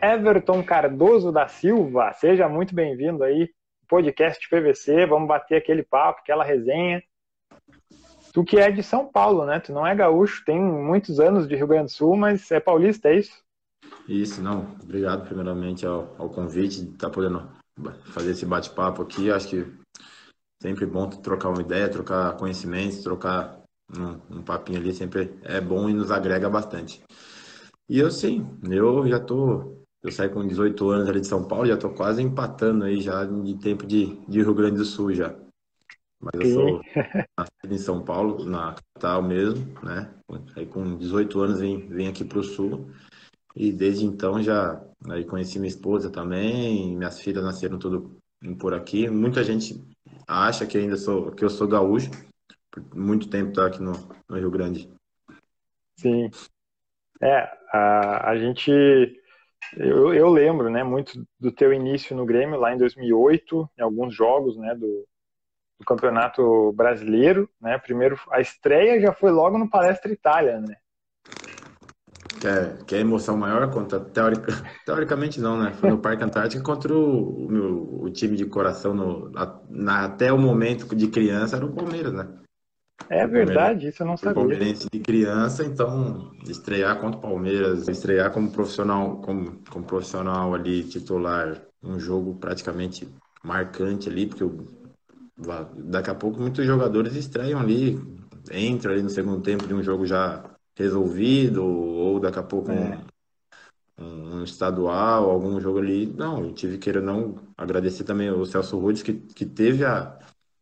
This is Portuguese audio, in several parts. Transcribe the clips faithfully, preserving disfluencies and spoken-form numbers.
Everton Cardoso da Silva. Seja muito bem-vindo aí, podcast P V C. Vamos bater aquele papo, aquela resenha. Tu que é de São Paulo, né? Tu não é gaúcho, tem muitos anos de Rio Grande do Sul, mas é paulista, é isso? Isso, não. Obrigado primeiramente ao, ao convite de estar podendo fazer esse bate-papo aqui. Acho que sempre bom trocar uma ideia, trocar conhecimentos, trocar um, um papinho ali, sempre é bom e nos agrega bastante. E eu sim, eu já tô, eu saí com dezoito anos ali de São Paulo, já tô quase empatando aí já de tempo de, de Rio Grande do Sul já. Mas eu Sim. sou nascido em São Paulo, na capital mesmo, né? Aí com dezoito anos vim, vim aqui pro Sul. E desde então já aí conheci minha esposa também, minhas filhas nasceram tudo por aqui. Muita gente acha que ainda sou que eu sou gaúcho, por muito tempo tá aqui no, no Rio Grande. Sim. É, a, a gente... Eu, eu lembro, né, muito do teu início no Grêmio lá em dois mil e oito, em alguns jogos, né, do, do Campeonato Brasileiro, né? Primeiro, a estreia já foi logo no Palestra Itália, né? Quer, quer emoção maior? Contra, teórica, teoricamente não, né? Foi no Parque Antártico contra o, o, meu, o time de coração no, na, até o momento de criança era o Palmeiras, né? É Fui palmeirense, verdade, isso eu não fui sabia. palmeirense de criança, então estrear contra o Palmeiras, estrear como profissional, como, como profissional ali titular, um jogo praticamente marcante ali, porque eu, daqui a pouco muitos jogadores estreiam ali, entram ali no segundo tempo de um jogo já resolvido, ou daqui a pouco um, É, um, um estadual, algum jogo ali. Não, eu tive que não agradecer também o Celso Rudes, que, que teve a,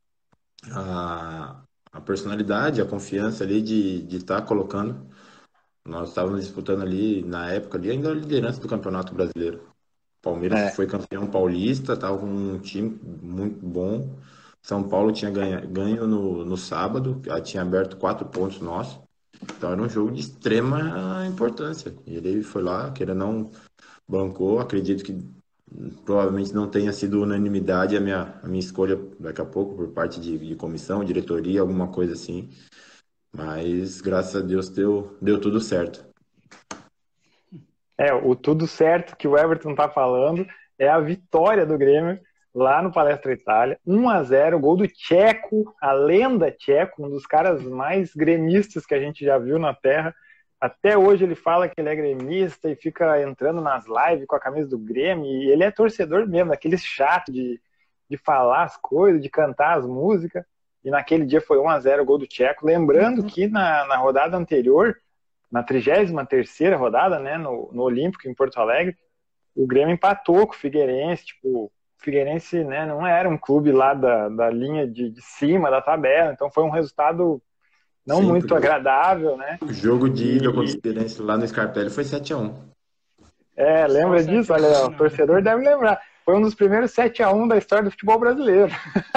a, a personalidade, a confiança ali de de estar colocando. Nós estávamos disputando ali, na época, ali, ainda a liderança do Campeonato Brasileiro. Palmeiras é, foi campeão paulista, estava com um time muito bom. São Paulo tinha ganha, ganho no, no sábado, já tinha aberto quatro pontos nossos. Então era um jogo de extrema importância. E ele foi lá, querendo ou não, bancou. Acredito que provavelmente não tenha sido unanimidade a minha, a minha escolha daqui a pouco, por parte de, de comissão, diretoria, alguma coisa assim. Mas graças a Deus deu, deu tudo certo. é, o tudo certo que o Everton tá falando é a vitória do Grêmio lá no Palestra Itália, um a zero, gol do Tcheco, a lenda Tcheco, um dos caras mais gremistas que a gente já viu na Terra. Até hoje ele fala que ele é gremista e fica entrando nas lives com a camisa do Grêmio, e ele é torcedor mesmo, daqueles chato de, de falar as coisas, de cantar as músicas. E naquele dia foi um a zero, gol do Tcheco. Lembrando que na, na rodada anterior, na trigésima terceira rodada, né, no, no Olímpico, em Porto Alegre, o Grêmio empatou com o Figueirense. Tipo, o Figueirense, né, não era um clube lá da, da linha de, de cima da tabela, então foi um resultado não Sim, muito porque agradável, né? o jogo de ida contra o E Figueirense lá no Scarpelli foi sete a um. é, Só lembra disso? sete a um Olha, no o final. torcedor deve lembrar. Foi um dos primeiros sete a um da história do futebol brasileiro.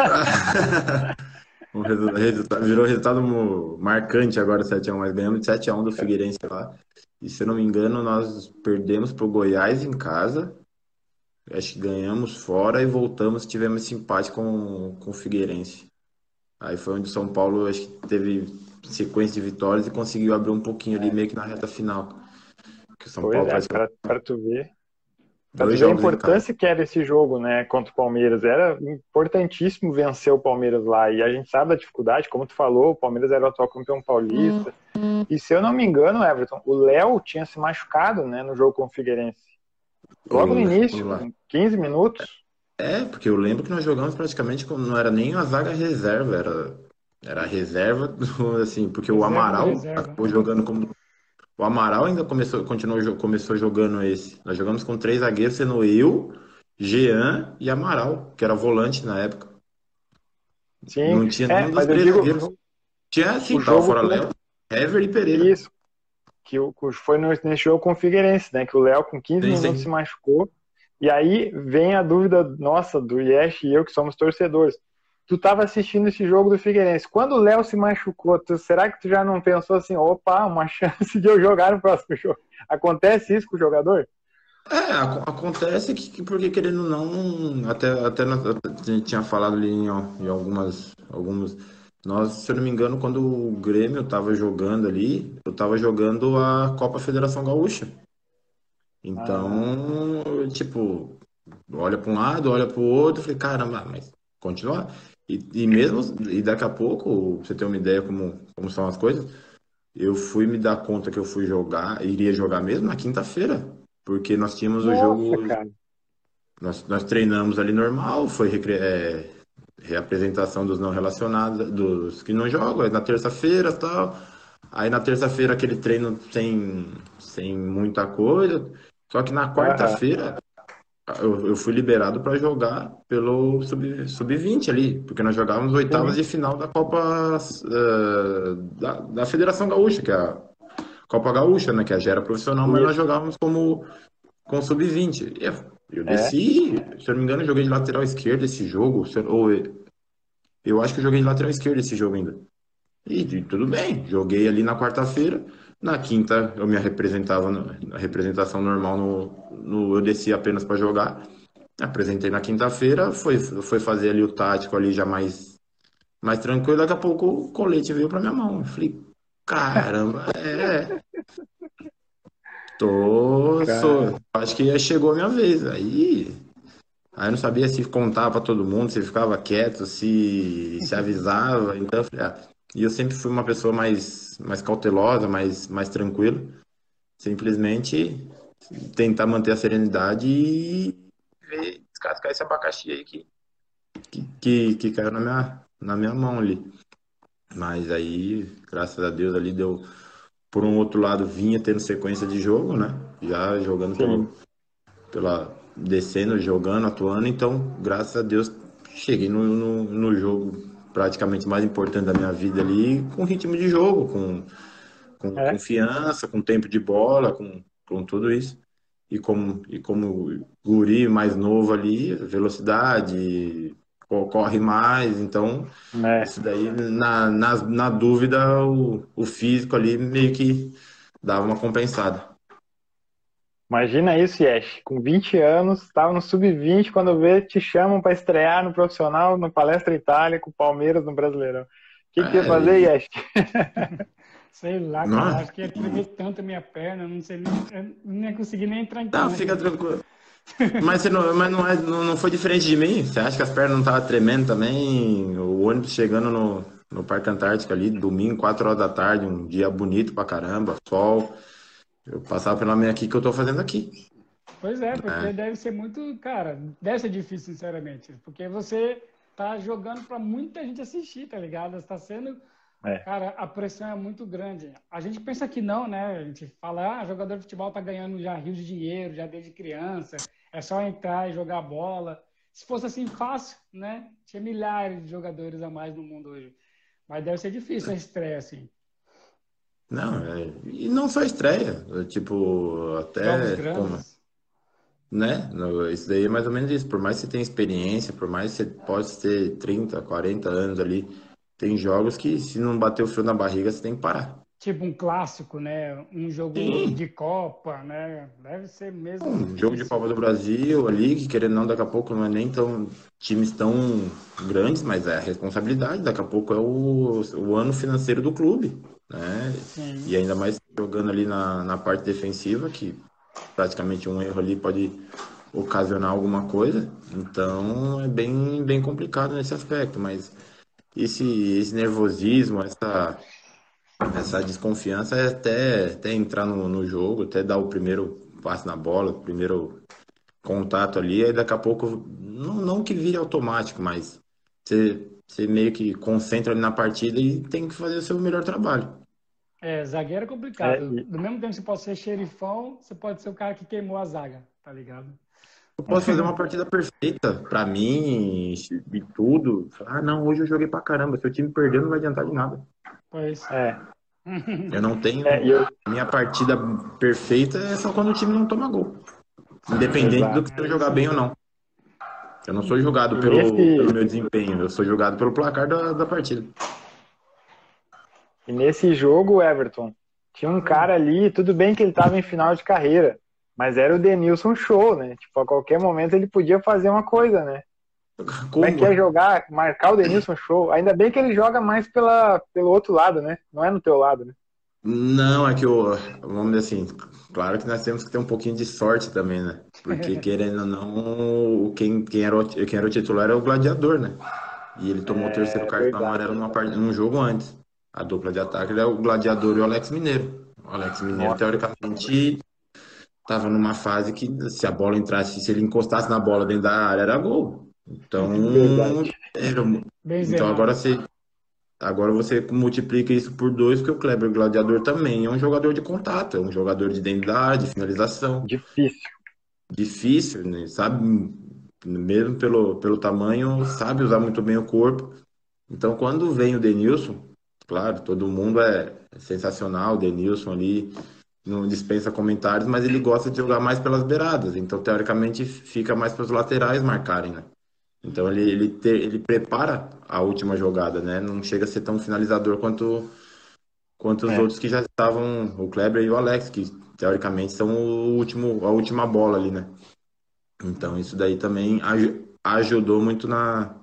O resu- resultado, virou resultado mo- marcante agora sete a um, mas ganhamos de sete a um do Figueirense lá. E se eu não me engano, nós perdemos pro Goiás em casa. Acho que ganhamos fora e voltamos, tivemos esse empate com, com o Figueirense. Aí foi onde o São Paulo acho que teve sequência de vitórias e conseguiu abrir um pouquinho ali meio que na reta final. Que o São Pois Paulo é, praticamente para tu ver. Para tu dois ver a jogos em casa. importância que era esse jogo, né, contra o Palmeiras. Era importantíssimo vencer o Palmeiras lá. E a gente sabe da dificuldade, como tu falou, o Palmeiras era o atual campeão paulista. E se eu não me engano, Everton, o Léo tinha se machucado, né, no jogo com o Figueirense. Logo no O- início, o- com quinze minutos. É, porque eu lembro que nós jogamos praticamente como não era nem uma zaga reserva, era, era a reserva, do, assim, porque o Reserva do Amaral reserva. acabou jogando como. O Amaral ainda começou, continuou, jo- começou jogando esse. Nós jogamos com três zagueiros, sendo eu, Jean e Amaral, que era volante na época. Sim, Não tinha nenhum é, dos mas eu três zagueiros. digo Tinha o assim, tal, jogo fora com Léo, Hever e Pereira. isso, que o, que foi no- nesse jogo com o Figueirense, né, que o Léo com quinze Sim, minutos se sim. machucou. E aí vem a dúvida nossa, do Yesh e eu, que somos torcedores. Tu estava assistindo esse jogo do Figueirense. Quando o Léo se machucou, tu, será que tu já não pensou assim, opa, uma chance de eu jogar no próximo jogo? Acontece isso com o jogador? É, ac- acontece que, que porque querendo ou não, até, até nós- a gente tinha falado ali em, al- em algumas, algumas. Nós, se eu não me engano, quando o Grêmio tava jogando ali, eu tava jogando a Copa Federação Gaúcha. Então, tipo, olha para um lado, olha para o outro, falei, caramba, mas continuar. E, e mesmo, e daqui a pouco, pra você ter uma ideia como, como são as coisas, eu fui me dar conta que eu fui jogar, iria jogar mesmo na quinta-feira, porque nós tínhamos o Nossa, jogo, cara. nós, nós treinamos ali normal, foi recre- é, reapresentação dos não relacionados, dos que não jogam, aí na terça-feira e tal. Aí na terça-feira aquele treino sem, sem muita coisa. Só que na Aham. quarta-feira eu, eu fui liberado para jogar pelo sub, sub vinte ali, porque nós jogávamos oitavas Sim. de final da Copa eh, da, da Federação Gaúcha, que é a Copa Gaúcha, né? Que já era profissional, mas nós Isso. jogávamos como com sub vinte. E Eu, eu É. desci, se eu não me engano, eu joguei de lateral esquerdo esse jogo, se eu- ou eu acho que eu joguei de lateral esquerdo esse jogo ainda. E, e tudo bem, joguei ali na quarta-feira. Na quinta eu me representava no- na representação normal no, no eu desci apenas para jogar. Apresentei na quinta-feira, foi, foi fazer ali o tático ali já mais, mais tranquilo. Daqui a pouco o colete veio para minha mão. Eu falei, caramba, é, tô, Cara. sou, acho que chegou a minha vez. Aí, aí eu não sabia se contava para todo mundo, se ficava quieto, se, se avisava. Então eu falei, ah, e eu sempre fui uma pessoa mais, mais cautelosa, mais, mais tranquila. Simplesmente tentar manter a serenidade e ver, descascar esse abacaxi aí que, que, que, que caiu na minha, na minha mão ali. Mas aí, graças a Deus, ali deu. Por um outro lado, vinha tendo sequência de jogo, né? Já jogando pelo, Sim. pela. Descendo, jogando, atuando. Então, graças a Deus, cheguei no, no, no jogo praticamente mais importante da minha vida ali, com ritmo de jogo, com, com É. confiança, com tempo de bola, com, com tudo isso. E como, e como guri mais novo ali, velocidade, co- corre mais, então É. isso daí, na, na, na dúvida, o, o físico ali meio que dava uma compensada. Imagina isso, Yesh. Com vinte anos, estava no sub vinte, quando vê, te chamam para estrear no profissional, no Palestra Itália, com o Palmeiras no Brasileirão. O que que tu ia É, fazer, e, Yesh? Sei lá, cara, eu não, acho que ia tremer tanto a minha perna, não sei nem, eu não ia conseguir nem entrar em não, campo. fica tranquilo. Mas, você não, mas não, é, não, não foi diferente de mim? Você acha que as pernas não estavam tremendo também? O ônibus chegando no, no Parque Antártico ali, domingo, quatro horas da tarde, um dia bonito pra caramba, sol. Eu passava pela minha aqui que eu tô fazendo aqui. Pois é, porque Né? deve ser muito, cara, deve ser difícil, sinceramente, porque você tá jogando para muita gente assistir, tá ligado? Está sendo, É. cara, a pressão é muito grande. A gente pensa que não, né? A gente fala, ah, jogador de futebol tá ganhando já rios de dinheiro, já desde criança, é só entrar e jogar bola. Se fosse assim fácil, né? Tinha milhares de jogadores a mais no mundo hoje. Mas deve ser difícil a estreia, assim. Não, é, e não só estreia, é, tipo, Jogos até como, grandes. né? No- Isso daí é mais ou menos isso. Por mais que você tenha experiência, por mais que você possa ter trinta, quarenta anos ali, tem jogos que se não bater o frio na barriga, você tem que parar. Tipo um clássico, né? Um jogo Sim, de Copa, né? Deve ser mesmo um jogo de difícil. Copa do Brasil ali, que querendo ou não, daqui a pouco não é nem tão times tão grandes, mas é a responsabilidade. Daqui a pouco é o, o ano financeiro do clube, né? E Sim. ainda mais jogando ali na, na parte defensiva, que praticamente um erro ali pode ocasionar alguma coisa. Então é bem, bem complicado nesse aspecto, mas esse, esse nervosismo, essa, essa desconfiança é até, até entrar no, no jogo, até dar o primeiro passe na bola, o primeiro contato ali, aí daqui a pouco, não, não que vire automático, mas você, você meio que concentra ali na partida e tem que fazer o seu melhor trabalho. É, zagueiro é É, complicado. e- Do mesmo tempo que você pode ser xerifão, você pode ser o cara que queimou a zaga, tá ligado? Eu posso fazer uma partida perfeita pra mim e tudo. Ah, não, hoje eu joguei pra caramba. Se o time perder, não vai adiantar de nada. Pois. é, Eu não é, tenho. e eu, A minha partida perfeita é só quando o time não toma gol. Independente do que exato. eu É jogar isso bem ou aí. não. Eu não sou julgado E pelo, pelo nesse, meu desempenho, eu sou julgado pelo placar da, da partida. e nesse jogo, Everton, tinha um Hum. cara ali, tudo bem que ele estava em final de carreira, mas era o Denilson Show, né? Tipo, a qualquer momento ele podia fazer uma coisa, né? Como é que é Como? jogar, marcar o Denilson Show? Ainda bem que ele joga mais pela, pelo outro lado, né? Não é no teu lado, né? Não, é que o, vamos dizer assim, claro que nós temos que ter um pouquinho de sorte também, né? Porque querendo ou não, o- quem, quem era o, quem era o titular era o Gladiador, né? E ele tomou o terceiro É cartão verdade. amarelo numa, part- num jogo antes. A dupla de ataque era o Gladiador e o Alex Mineiro. O Alex Mineiro, Nossa senhora. teoricamente, estava numa fase que se a bola entrasse, se ele encostasse na bola dentro da área, era gol. Então, Verdade. era, então Benzema. agora você, agora você multiplica isso por dois, porque o Kleber Gladiador também é um jogador de contato, é um jogador de dentro da área, de finalização. Difícil. Difícil, né? Sabe, mesmo pelo, pelo tamanho, sabe usar muito bem o corpo. Então, quando vem o Denilson, claro, todo mundo é sensacional, o Denilson ali não dispensa comentários, mas ele gosta de jogar mais pelas beiradas. Então, teoricamente, fica mais para os laterais marcarem, né? Então, ele, ele, te- ele prepara a última jogada, né? Não chega a ser tão finalizador quanto, quanto os É. outros que já estavam, o Kleber e o Alex, que teoricamente são o último, a última bola ali, né? Então, isso daí também aju- ajudou muito na,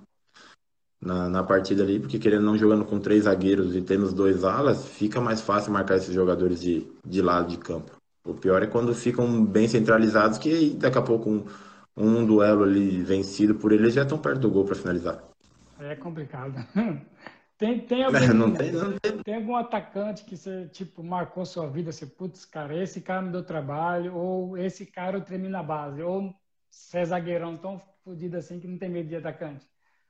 na, na partida ali, porque querendo ou não jogando com três zagueiros e tendo os dois alas, fica mais fácil marcar esses jogadores de, de lado de campo. O pior é quando ficam bem centralizados, que aí daqui a pouco um, um duelo ali vencido por eles já estão perto do gol para finalizar. É complicado. Tem, tem Não algum tem, não tem. tem algum atacante que você tipo marcou sua vida, você putz, cara, esse cara me deu trabalho ou esse cara eu tremi na base, ou você é zagueirão tão fodido assim que não tem medo de atacante.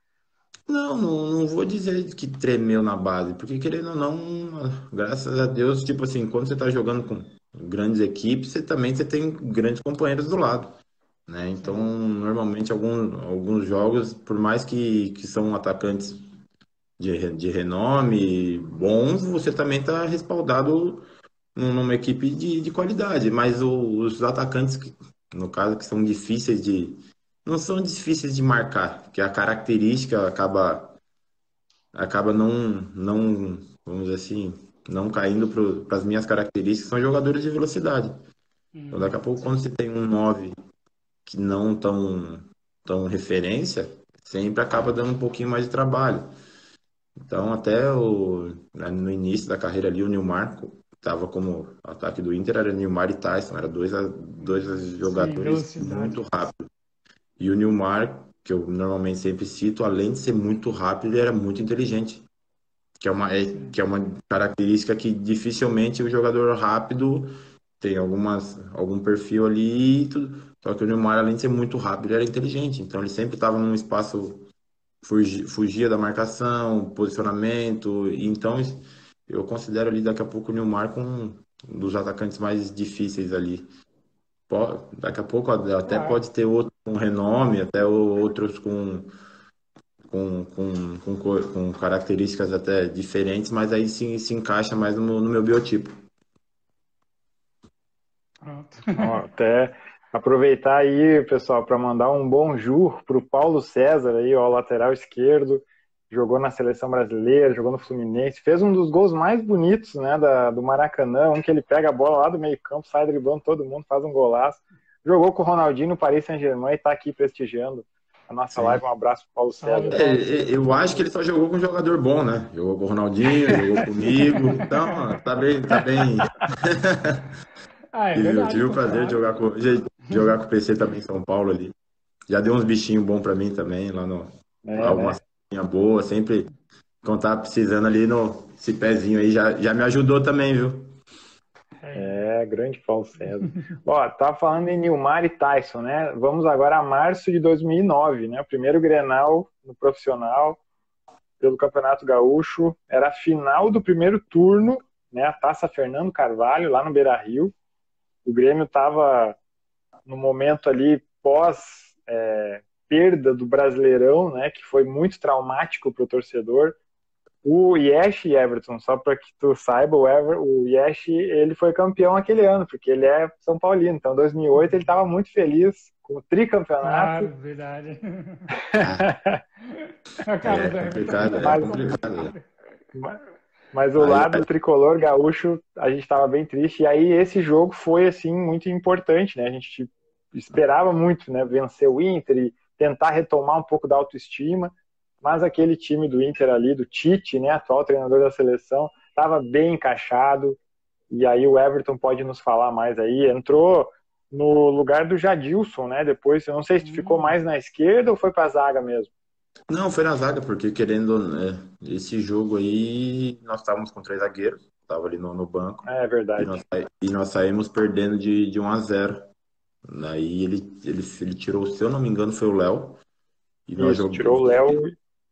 Não, não, não vou dizer que tremeu na base, porque querendo ou não, graças a Deus, tipo assim, quando você tá jogando com grandes equipes, você também você tem grandes companheiros do lado. Né? Então, Sim. normalmente, alguns, alguns jogos, por mais que, que são atacantes de, re- de renome bons, você também está respaldado num- numa equipe de, de qualidade. Mas o- os atacantes, que, no caso, que são difíceis de. Não são difíceis de marcar, porque a característica acaba, acaba não, não, vamos dizer assim, não caindo para as minhas características, são jogadores de velocidade. Então, daqui a Hum, pouco, quando sim. você tem um nove que não tão, tão referência, sempre acaba dando um pouquinho mais de trabalho. Então, até o, né, no início da carreira ali, o Nilmar estava como ataque do Inter, era Nilmar e Tyson, eram dois, dois Sim, jogadores velocidade. muito rápidos. E o Nilmar, que eu normalmente sempre cito, além de ser muito rápido, ele era muito inteligente, que é uma, é, Sim. que é uma característica que dificilmente o jogador rápido tem algumas, algum perfil ali, e tudo. Só que o Neymar, além de ser muito rápido, ele era inteligente. Então ele sempre estava num espaço, fugi- fugia da marcação, posicionamento. E então eu considero ali daqui a pouco o Neymar como um dos atacantes mais difíceis ali. Po- Daqui a pouco até Claro. pode ter outro com renome, até outros com, com, com, com, co- com características até diferentes, mas aí se, se encaixa mais no, no meu biotipo. Pronto. Ó, até aproveitar aí, pessoal, para mandar um bonjour para o Paulo César aí, ó, lateral esquerdo, jogou na seleção brasileira, jogou no Fluminense, fez um dos gols mais bonitos, né, da, do Maracanã, um que ele pega a bola lá do meio-campo, sai driblando todo mundo, faz um golaço. Jogou com o Ronaldinho no Paris Saint-Germain e está aqui prestigiando a nossa live. Sim. Um abraço para Paulo Salve, César. É, Paulo é, César. eu acho que ele só jogou com um jogador bom, né? Jogou com o Ronaldinho, jogou comigo. Então, ó, tá bem, tá bem. Ah, é Tive, eu verdade, tive o pô, prazer de claro. jogar com, de jogar com o P C também em São Paulo ali. Já deu uns bichinhos bons pra mim também, lá no. É, Algumas né? coisinhas boas, sempre quando tava precisando ali no. Esse pezinho aí já, já me ajudou também, viu? É. É, grande Paulo César. Ó, tá falando em Nilmar e Tyson, né? Vamos agora a março de dois mil e nove, né? O primeiro Grenal no profissional pelo Campeonato Gaúcho. Era a final do primeiro turno, né? A Taça Fernando Carvalho, lá no Beira-Rio. O Grêmio tava no momento ali pós é, perda do Brasileirão, né? Que foi muito traumático para o torcedor. O Yesh Everton, só para que tu saiba, o, Ever, o Yesh, ele foi campeão aquele ano, porque ele é São Paulino. Então, em dois mil e oito, ele estava muito feliz com o tricampeonato. Claro, verdade. Ah, A cara é do Everton complicado, é mas, complicado. mas o Aí, lado tricolor gaúcho, a gente estava bem triste. E aí, esse jogo foi, assim, muito importante, né? A gente esperava muito, né? Vencer o Inter e tentar retomar um pouco da autoestima. Mas aquele time do Inter ali, do Tite, né, atual treinador da seleção, estava bem encaixado, e aí o Everton pode nos falar mais aí, entrou no lugar do Jadilson, né? Depois, eu não sei se tu ficou Hum, mais na esquerda ou foi pra zaga mesmo. Não, foi na zaga, porque querendo, né, esse jogo aí, nós estávamos com três zagueiros, estava ali no, no banco, É e verdade. nós, sa- e nós saímos perdendo de, de um a zero. Aí ele, ele, ele tirou, se eu não me engano, foi o Léo, e nós Isso, jogamos, tirou o Léo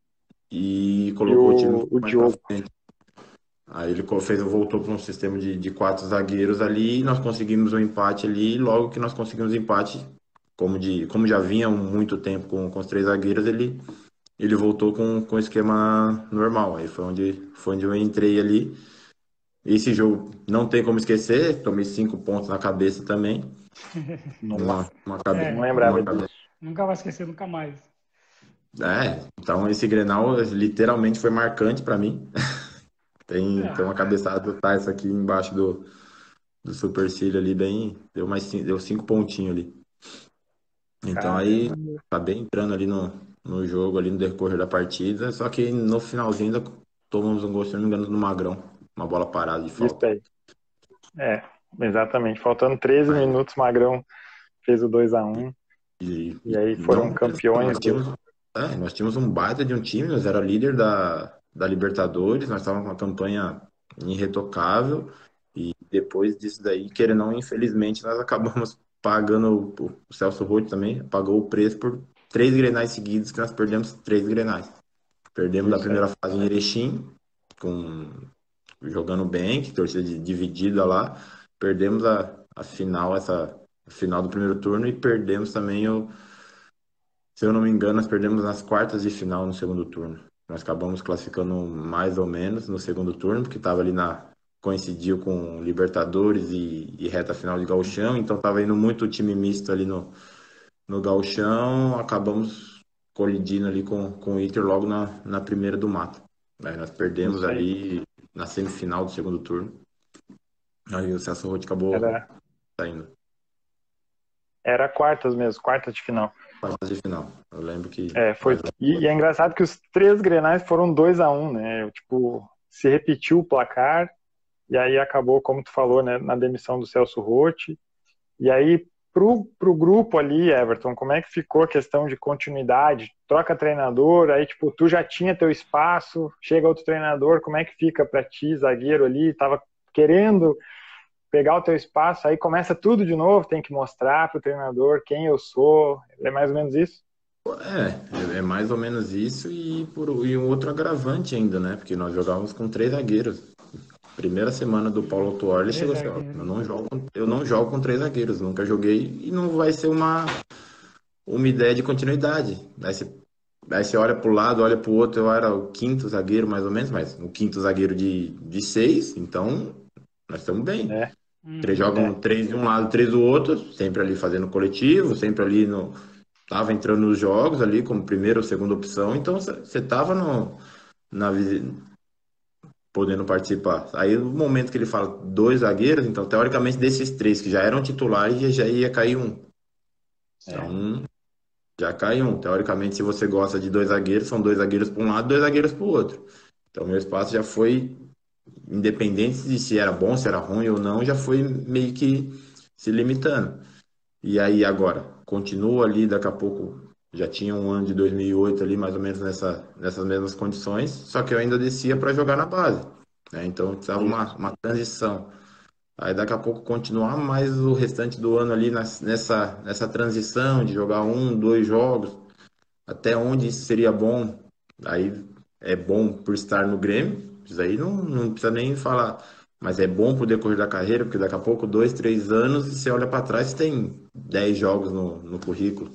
e e colocou o time um o, pouco o mais pra Diogo. frente. Aí ele co- fez, voltou para um sistema de, de quatro zagueiros ali, e nós conseguimos um empate ali, e logo que nós conseguimos o empate, como, de, como já vinha muito tempo com, com os três zagueiros, ele, ele voltou com, com o esquema normal. Aí foi onde, foi onde eu entrei ali. Esse jogo não tem como esquecer, tomei cinco pontos na cabeça também. Uma, Nossa, uma, cabe, não é, lembrava uma cabe... disso. nunca vai esquecer nunca mais. É, então esse Grenal literalmente foi marcante para mim. Tem, tem É, uma cabeçada do Tyson aqui embaixo do, do supercílio ali, bem, deu mais cin- deu cinco pontinhos ali. Então aí Caramba. acabei entrando ali no, no jogo, ali no decorrer da partida, só que no finalzinho ainda tomamos um gol, se não me engano, do Magrão, uma bola parada de Isso falta. aí. É, exatamente. Faltando treze Aí, minutos, Magrão fez o dois a um e, e e aí não, foram campeões nós do. tínhamos, é, nós tínhamos um baita de um time, nós era líder da, da Libertadores, nós estávamos com uma campanha irretocável, e depois disso daí, querendo ou não, infelizmente, nós acabamos pagando, o, o Celso Roth também pagou o preço por três Grenais seguidos, que nós perdemos três Grenais. Perdemos a Isso primeira aí. fase em Erechim, com, jogando bem, que torcida di- dividida lá. Perdemos a, a final, essa a final do primeiro turno, e perdemos também o, se eu não me engano, nós perdemos nas quartas de final no segundo turno. Nós acabamos classificando mais ou menos no segundo turno, porque estava ali na coincidiu com Libertadores e, e reta final de Gauchão, então estava indo muito time misto ali no, no Gauchão, acabamos colidindo ali com, com o Inter logo na, na primeira do mata. Aí nós perdemos Isso aí. ali na semifinal do segundo turno. Aí o Celso Roth acabou Era, saindo. era quartas mesmo, quartas de final. Quartas de final. Eu lembro que É, foi. nós... E, e é engraçado que os três Grenais foram dois a um, né? Tipo, se repetiu o placar, e aí acabou, como tu falou, né, na demissão do Celso Roth. E aí, pro, pro grupo ali, Everton, como é que ficou a questão de continuidade? Troca treinador, aí, tipo, tu já tinha teu espaço, chega outro treinador, como é que fica pra ti, zagueiro ali, tava querendo pegar o teu espaço, aí começa tudo de novo, tem que mostrar pro treinador quem eu sou, é mais ou menos isso? É, é mais ou menos isso e, por, e um outro agravante ainda, né? Porque nós jogávamos com três zagueiros. Primeira semana do Paulo Autuori, ele três chegou assim, ó, eu zagueiros. não jogo, eu não jogo com três zagueiros, nunca joguei e não vai ser uma, uma ideia de continuidade. Aí você, aí você olha para o lado, olha para o outro, eu era o quinto zagueiro mais ou menos, mas o quinto zagueiro de, de seis, então nós estamos bem. É, Três Uhum. jogam é, três de um lado, três do outro, sempre ali fazendo coletivo, sempre ali no. Tava entrando nos jogos ali como primeira ou segunda opção, então você tava no, na, visi- podendo participar. Aí no momento que ele fala dois zagueiros, então teoricamente desses três que já eram titulares, já já ia cair um. é, Então já cai um. Teoricamente, se você gosta de dois zagueiros, são dois zagueiros para um lado, dois zagueiros para o outro. Então meu espaço já foi, independente de se era bom, se era ruim ou não, já foi meio que se limitando. E aí agora, continua ali, daqui a pouco já tinha um ano de dois mil e oito ali, mais ou menos nessa, nessas mesmas condições, só que eu ainda descia para jogar na base, né? Então precisava uma, isso. uma transição. Aí daqui a pouco continuar mais o restante do ano ali nas- nessa, nessa transição de jogar um, dois jogos, até onde isso seria bom. Aí é bom por estar no Grêmio, isso aí não, não precisa nem falar. Mas é bom pro decorrer da carreira, porque daqui a pouco, dois, três anos, e você olha para trás, tem dez jogos no, no currículo.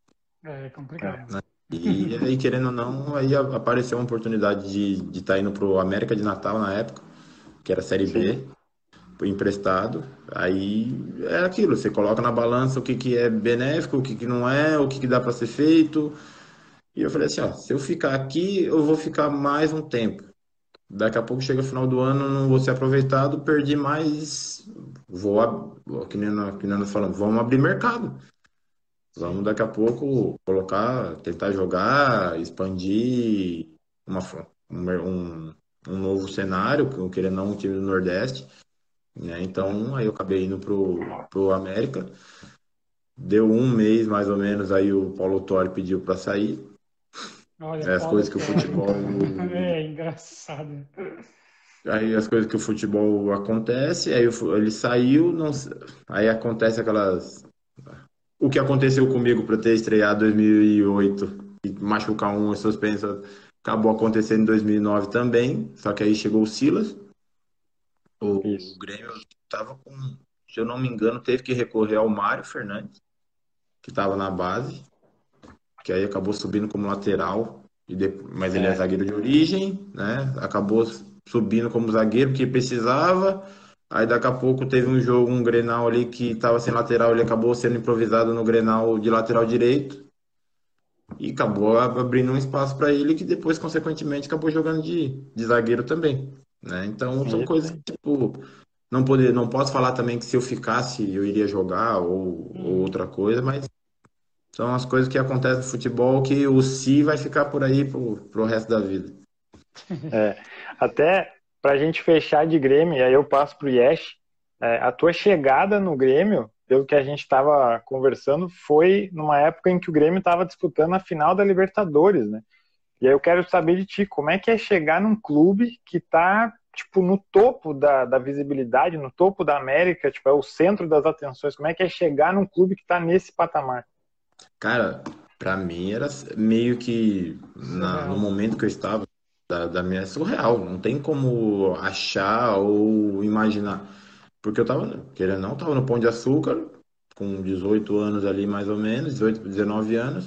É É, complicado. E aí, querendo ou não, aí a- apareceu uma oportunidade de estar indo pro América de Natal na época, que era Série sim, B, emprestado. Aí é aquilo, você coloca na balança o que, que é benéfico, o que, que não é, o que, que dá para ser feito. E eu falei assim, ó, se eu ficar aqui, eu vou ficar mais um tempo. Daqui a pouco chega o final do ano, não vou ser aproveitado, perdi mais. Vou, ab- que nem, nós- que nem nós falamos, vamos abrir mercado. Vamos Sim. daqui a pouco colocar, tentar jogar, expandir uma, um, um, um novo cenário, querendo ou não, um time do Nordeste. né? Então, aí eu acabei indo pro, pro América. Deu um mês, mais ou menos, aí o Paulo Torre pediu para sair. Olha, Aí as Paulo coisas que o Torre, futebol... cara. É engraçado. Aí as coisas que o futebol acontece, aí o fu- ele saiu, não, s- aí acontece aquelas... O que aconteceu comigo para ter estreado em dois mil e oito e machucar um e suspenso, acabou acontecendo em dois mil e nove também, só que aí chegou o Silas, o Isso. Grêmio tava com, se eu não me engano, teve que recorrer ao Mário Fernandes, que estava na base, que aí acabou subindo como lateral, e depois, mas ele é É, zagueiro de origem, né? Acabou subindo como zagueiro que precisava. Aí daqui a pouco teve um jogo, um Grenal ali que estava sem lateral, ele acabou sendo improvisado no Grenal de lateral direito e acabou ab- abrindo um espaço para ele que depois, consequentemente, acabou jogando de, de zagueiro também, né? Então são isso coisas que, aí. tipo, não poder, não posso falar também que se eu ficasse eu iria jogar ou, ou Uhum. outra coisa, mas são as coisas que acontecem no futebol que o si vai ficar por aí pro, pro resto da vida. É. Até para a gente fechar de Grêmio, e aí eu passo para o Yesh, é, a tua chegada no Grêmio, pelo que a gente estava conversando, foi numa época em que o Grêmio estava disputando a final da Libertadores, né? E aí eu quero saber de ti, como é que é chegar num clube que está tipo, no topo da, da visibilidade, no topo da América, tipo, é o centro das atenções, como é que é chegar num clube que está nesse patamar? Cara, pra mim era meio que na, no Surreal. momento que eu estava da, da minha é surreal, não tem como achar ou imaginar. Porque eu tava, querendo ou não, tava no Pão de Açúcar, com dezoito anos ali mais ou menos, dezoito, dezenove anos,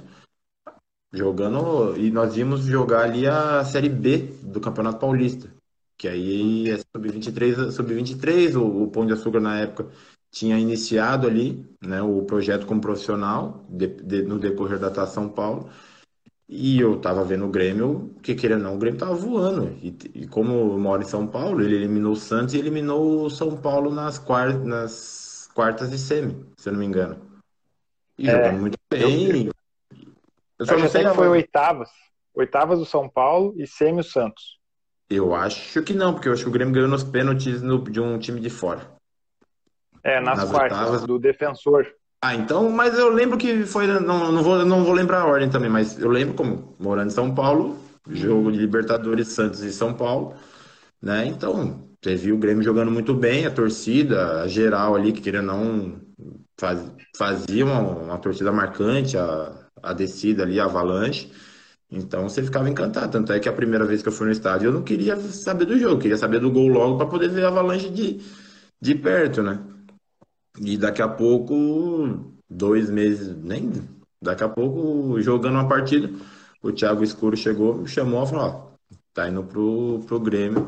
jogando, e nós íamos jogar ali a Série B do Campeonato Paulista, que aí é sub vinte e três, sub vinte e três, o, o Pão de Açúcar na época tinha iniciado ali, né, o projeto como profissional de- de- no decorrer da Taça São Paulo, e eu tava vendo o Grêmio, que querendo ou não, o Grêmio tava voando, e, e como eu moro em São Paulo, ele eliminou o Santos e eliminou o São Paulo nas, quar- nas quartas de semi, se eu não me engano, e jogando É, muito eu, bem. Eu eu só acho não até sei que a foi oitavas, oitavas do São Paulo e semi o Santos, Eu acho que não, porque eu acho que o Grêmio ganhou nos pênaltis no- de um time de fora. é, nas Nas quartas, oitavas. do Defensor. Ah, então, mas eu lembro que foi. Não, não vou, não vou lembrar a ordem também, mas eu lembro como morando em São Paulo, jogo Uhum. de Libertadores Santos e São Paulo, né? Então, você viu o Grêmio jogando muito bem, a torcida, a geral ali, que querendo ou não, faz, fazia uma, uma torcida marcante, a, a descida ali, a avalanche. Então você ficava encantado. Tanto é que a primeira vez que eu fui no estádio, eu não queria saber do jogo, queria saber do gol logo para poder ver a avalanche de, de perto, né? E daqui a pouco, dois meses, nem daqui a pouco, jogando uma partida, o Thiago Escuro chegou, me chamou e falou: Ó, tá indo pro, pro Grêmio,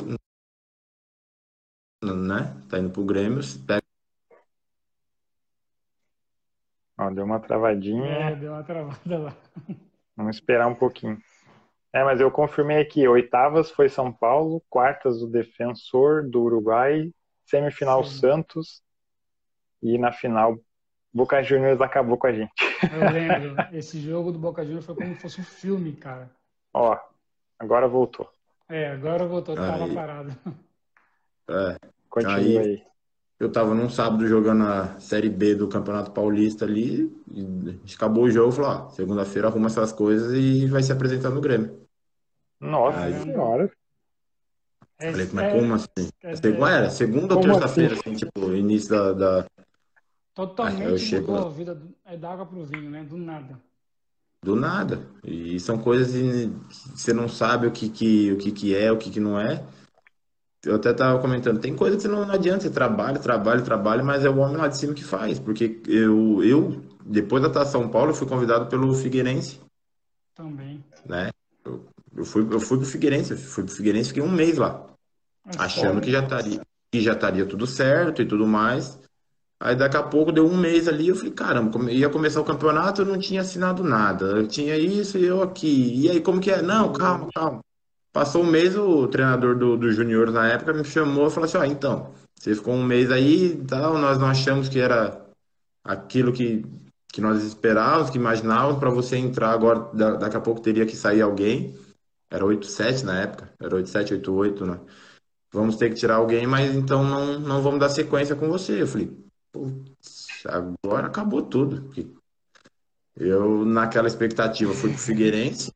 né? Tá indo pro Grêmio, pega. Ó, deu uma É, travadinha, deu uma travada lá. vamos esperar um pouquinho. É, mas eu confirmei aqui, oitavas foi São Paulo, quartas o Defensor do Uruguai, semifinal Sim. Santos e na final Boca Juniors acabou com a gente. Eu lembro, esse jogo do Boca Juniors foi como se fosse um filme, cara. Ó, agora voltou. É, agora voltou, tava Aí, parado. é, Continua aí aí. eu tava num sábado jogando a Série B do Campeonato Paulista ali, e acabou o jogo, falou: Ó, segunda-feira arruma essas coisas e vai se apresentar no Grêmio. Nossa Aí Caramba. senhora, É, falei: Mas como é, assim? é, Segunda, é era segunda ou como assim? terça-feira, assim, tipo, início da, da... Aí eu totalmente chego mudou lá, a vida, do, é da água pro vinho, né? Do nada. do nada. E são coisas que você não sabe o que, que, o que, que é, o que, que não é. Eu até tava comentando, tem coisa que você não, não adianta, você trabalha, trabalha, trabalha, mas é o homem lá de cima que faz. Porque eu, eu depois da Taça São Paulo, eu fui convidado pelo Figueirense, Também. né? Eu, eu fui, eu fui pro Figueirense, eu fui pro Figueirense, fiquei um mês lá, É achando que sério? já estaria, que já estaria tudo certo e tudo mais. Aí daqui a pouco deu um mês ali, eu falei, caramba, come- ia começar o campeonato, eu não tinha assinado nada. Eu tinha isso e eu aqui. E aí, como que é? Não, calma, calma. Passou um mês, o treinador do, do Júnior na época me chamou e falou assim, ó, então, você ficou um mês aí e tal, nós não achamos que era aquilo que, que nós esperávamos, que imaginávamos, para você entrar agora, da- daqui a pouco teria que sair alguém. Era oito sete na época, era oito sete, oito oito, né? vamos ter que tirar alguém, mas então não, não vamos dar sequência com você. Eu falei, putz, agora acabou tudo. Porque eu, naquela expectativa, fui pro Figueirense,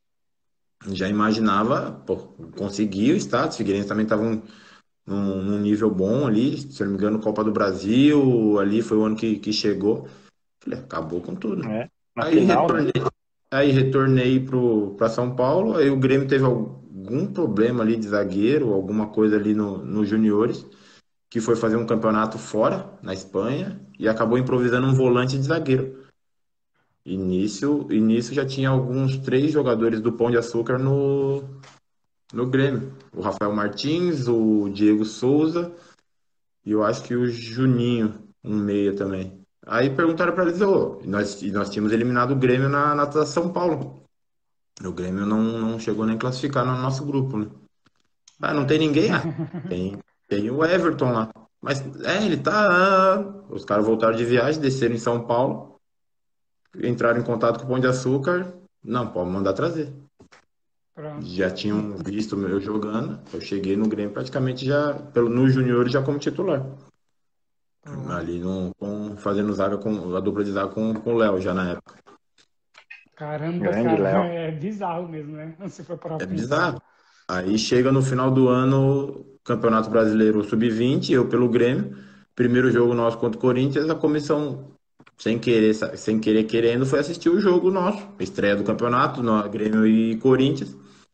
já imaginava, pô, conseguir o status. O Figueirense também estava num, num nível bom ali, se eu não me engano, Copa do Brasil, ali foi o ano que, que chegou. Falei, acabou com tudo. É, na Aí final, né? retornei, aí retornei pro, pra São Paulo, aí o Grêmio teve algum problema ali de zagueiro, alguma coisa ali no, no juniores, que foi fazer um campeonato fora, na Espanha, e acabou improvisando um volante de zagueiro. E nisso, e nisso já tinha alguns três jogadores do Pão de Açúcar no, no Grêmio. O Rafael Martins, o Diego Souza e eu acho que o Juninho, um meia também. Aí perguntaram para eles, ô, e nós, e nós tínhamos eliminado o Grêmio na, na Taça São Paulo. O Grêmio não, não chegou nem a classificar no nosso grupo, né? Ah, não tem ninguém? Ah, tem, tem o Everton lá. Mas, é, ele tá. ah, Os caras voltaram de viagem, desceram em São Paulo, entraram em contato com o Pão de Açúcar. Não, pode mandar trazer. Pronto. Já tinham visto eu jogando. Eu cheguei no Grêmio praticamente já, pelo, no Júnior já como titular. Pronto. Ali no, com, fazendo zaga com a dupla de zaga com, com o Léo já na época. Caramba, Grande cara, Léo. é bizarro mesmo, né? Se for para É pensar. bizarro. Aí chega no final do ano, Campeonato Brasileiro sub vinte, eu pelo Grêmio. Primeiro jogo nosso contra o Corinthians, a comissão, sem querer, sem querer querendo, foi assistir o jogo nosso. Estreia do campeonato, no Grêmio e Corinthians.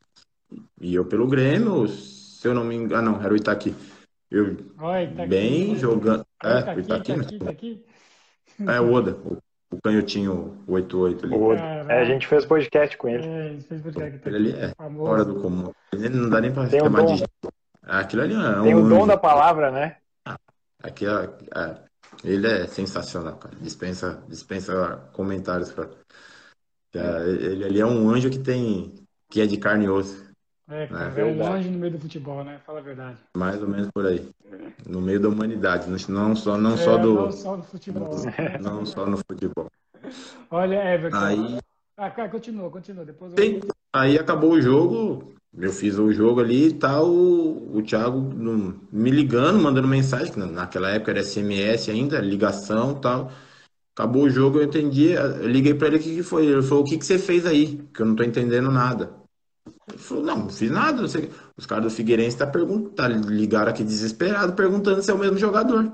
E eu pelo Grêmio, se eu não me engano. Ah, não, era o Itaqui. Eu Olha, tá bem aqui. jogando. É, É, tá o aqui, tá Itaqui, né? aqui, tá aqui. É o Oda, o, o canhotinho oito oito ali. O Odo. É, a gente fez podcast com ele. É, a gente fez podcast aqui, tá Ele ali aqui. é Famoso. fora do comum. Ele não dá nem pra Tem o chamar dom, de. Aquilo ali é tem um o dom anjo. da palavra, né? Aqui, é- é- ele é sensacional, cara. Dispensa, dispensa comentários, cara. É, ele ali é um anjo que tem, que é de carne e osso, É, cara, né? é um Verdade. anjo no meio do futebol, né? Fala a verdade. Mais ou menos por aí. No meio da humanidade, não só, não só É, não do, só no futebol. não só no futebol. Olha, Everton. Aí, Ah, cara, continua, continua. Depois eu. tem- aí acabou o jogo, eu fiz o jogo ali e tal, o, o Thiago no- me ligando, mandando mensagem, que na- naquela época era S M S ainda, ligação e tal. Acabou o jogo, eu entendi, eu liguei pra ele, o que que foi? Ele falou, o que que você fez aí? Que eu não tô entendendo nada. Ele falou, não, não fiz nada, não sei. Os caras do Figueirense tá perguntando, tá, ligaram aqui desesperado, perguntando se é o mesmo jogador.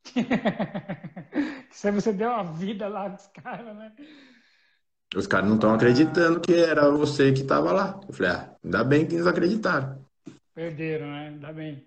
Se você deu uma vida lá dos caras, né? Os caras não estão acreditando que era você que tava lá. Eu falei, ah, ainda bem que eles acreditaram. Perderam, né? Ainda bem.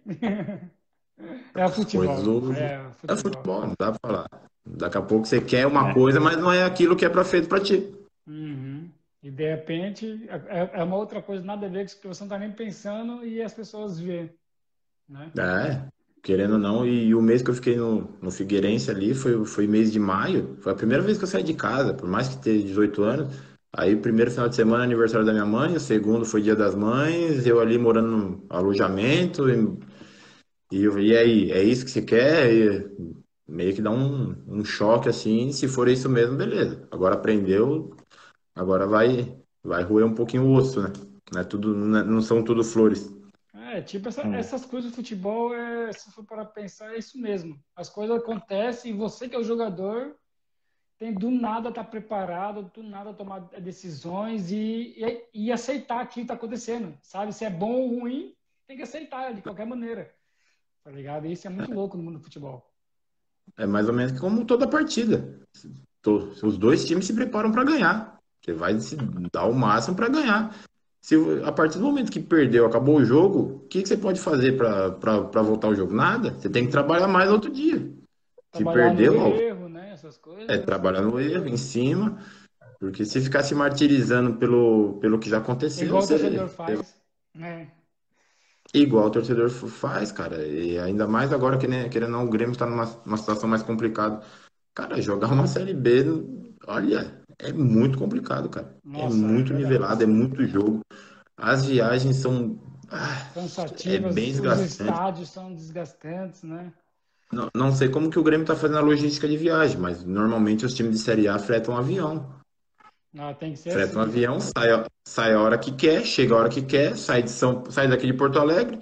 É o As coisas futebol. do... É o É futebol. futebol, não dá pra falar. Daqui a pouco você quer uma É. coisa, mas não é aquilo que é pra feito pra ti. Uhum. E de repente é, é uma outra coisa, nada a ver com o que você não tá nem pensando e as pessoas vê, né? É, querendo ou não, e, o mês que eu fiquei no, no Figueirense ali foi, foi mês de maio. Foi a primeira vez que eu saí de casa, por mais que tenha dezoito anos. Aí, o primeiro final de semana, aniversário da minha mãe, o segundo foi Dia das Mães, eu ali morando no alojamento. E, e, eu- e aí, é isso que você quer? E meio que dá um, um choque assim, se for isso mesmo, beleza. Agora aprendeu, agora vai, vai roer um pouquinho o osso, né? Não é tudo, não é- não são tudo flores. É, tipo, essa- Hum. essas coisas do futebol, é, se for para pensar, é isso mesmo. As coisas acontecem e você que é o jogador tem do nada estar preparado, do nada tomar decisões e, e, e aceitar que está acontecendo, sabe? Se é bom ou ruim, tem que aceitar de qualquer maneira, tá ligado? E isso é muito louco no mundo do futebol. É mais ou menos como toda partida. To- Os dois times se preparam para ganhar. Você vai se dar o máximo para ganhar. Se a partir do momento que perdeu, acabou o jogo, o que que você pode fazer para voltar o jogo? Nada. Você tem que trabalhar mais outro dia. Se Trabalhar no perdeu, ó, erro, né? Essas coisas. é trabalhar no erro, em cima. Porque se ficar se martirizando pelo, pelo que já aconteceu, Igual o você, torcedor faz, né? igual o torcedor faz, cara. E ainda mais agora que, né, querendo ou não, o Grêmio está numa uma situação mais complicada. Cara, jogar uma Série B, olha, é muito complicado, cara. É Nossa, é muito verdade. nivelado, é muito jogo. As viagens são. ah, é Cansativas, bem os desgastante. estádios são desgastantes, né? Não, não sei como que o Grêmio tá fazendo a logística de viagem, mas normalmente os times de Série A fretam um avião. Ah, tem que ser Freta um assim. avião, sai, a- sai a hora que quer, chega a hora que quer, sai de São, sai daqui de Porto Alegre,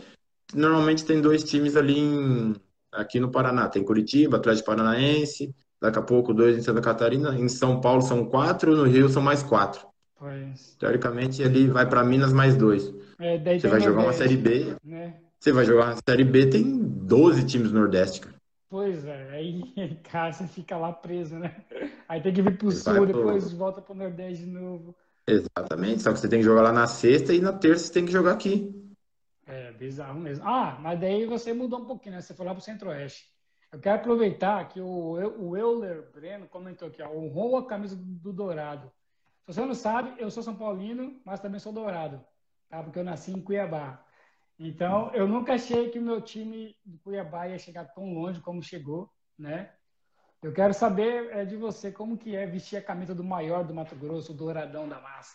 normalmente tem dois times ali em- aqui no Paraná. Tem Curitiba, Atlético Paranaense, daqui a pouco dois em Santa Catarina. Em São Paulo são quatro, no Rio são mais quatro. Pois. Teoricamente, ele vai para Minas mais dois. É, daí Você tem o vai jogar uma Série Nordeste, B, né? você vai jogar uma Série B, tem doze times no Nordeste, cara. Pois é, aí, cara, você fica lá preso, né? Aí tem que vir pro Você vai Sul, depois pro... volta pro Nordeste de novo. Exatamente, só que você tem que jogar lá na sexta e na terça você tem que jogar aqui. É bizarro mesmo. Ah, mas daí você mudou um pouquinho, né? Você foi lá pro Centro-Oeste. Eu quero aproveitar que o, o Euler Breno comentou aqui, ó, honrou a camisa do Dourado. Se você não sabe, eu sou São Paulino, mas também sou Dourado, tá? Porque eu nasci em Cuiabá. Então, eu nunca achei que o meu time do Cuiabá ia chegar tão longe como chegou, né? Eu quero saber é, de você como que é vestir a camisa do maior do Mato Grosso, o Douradão da Massa.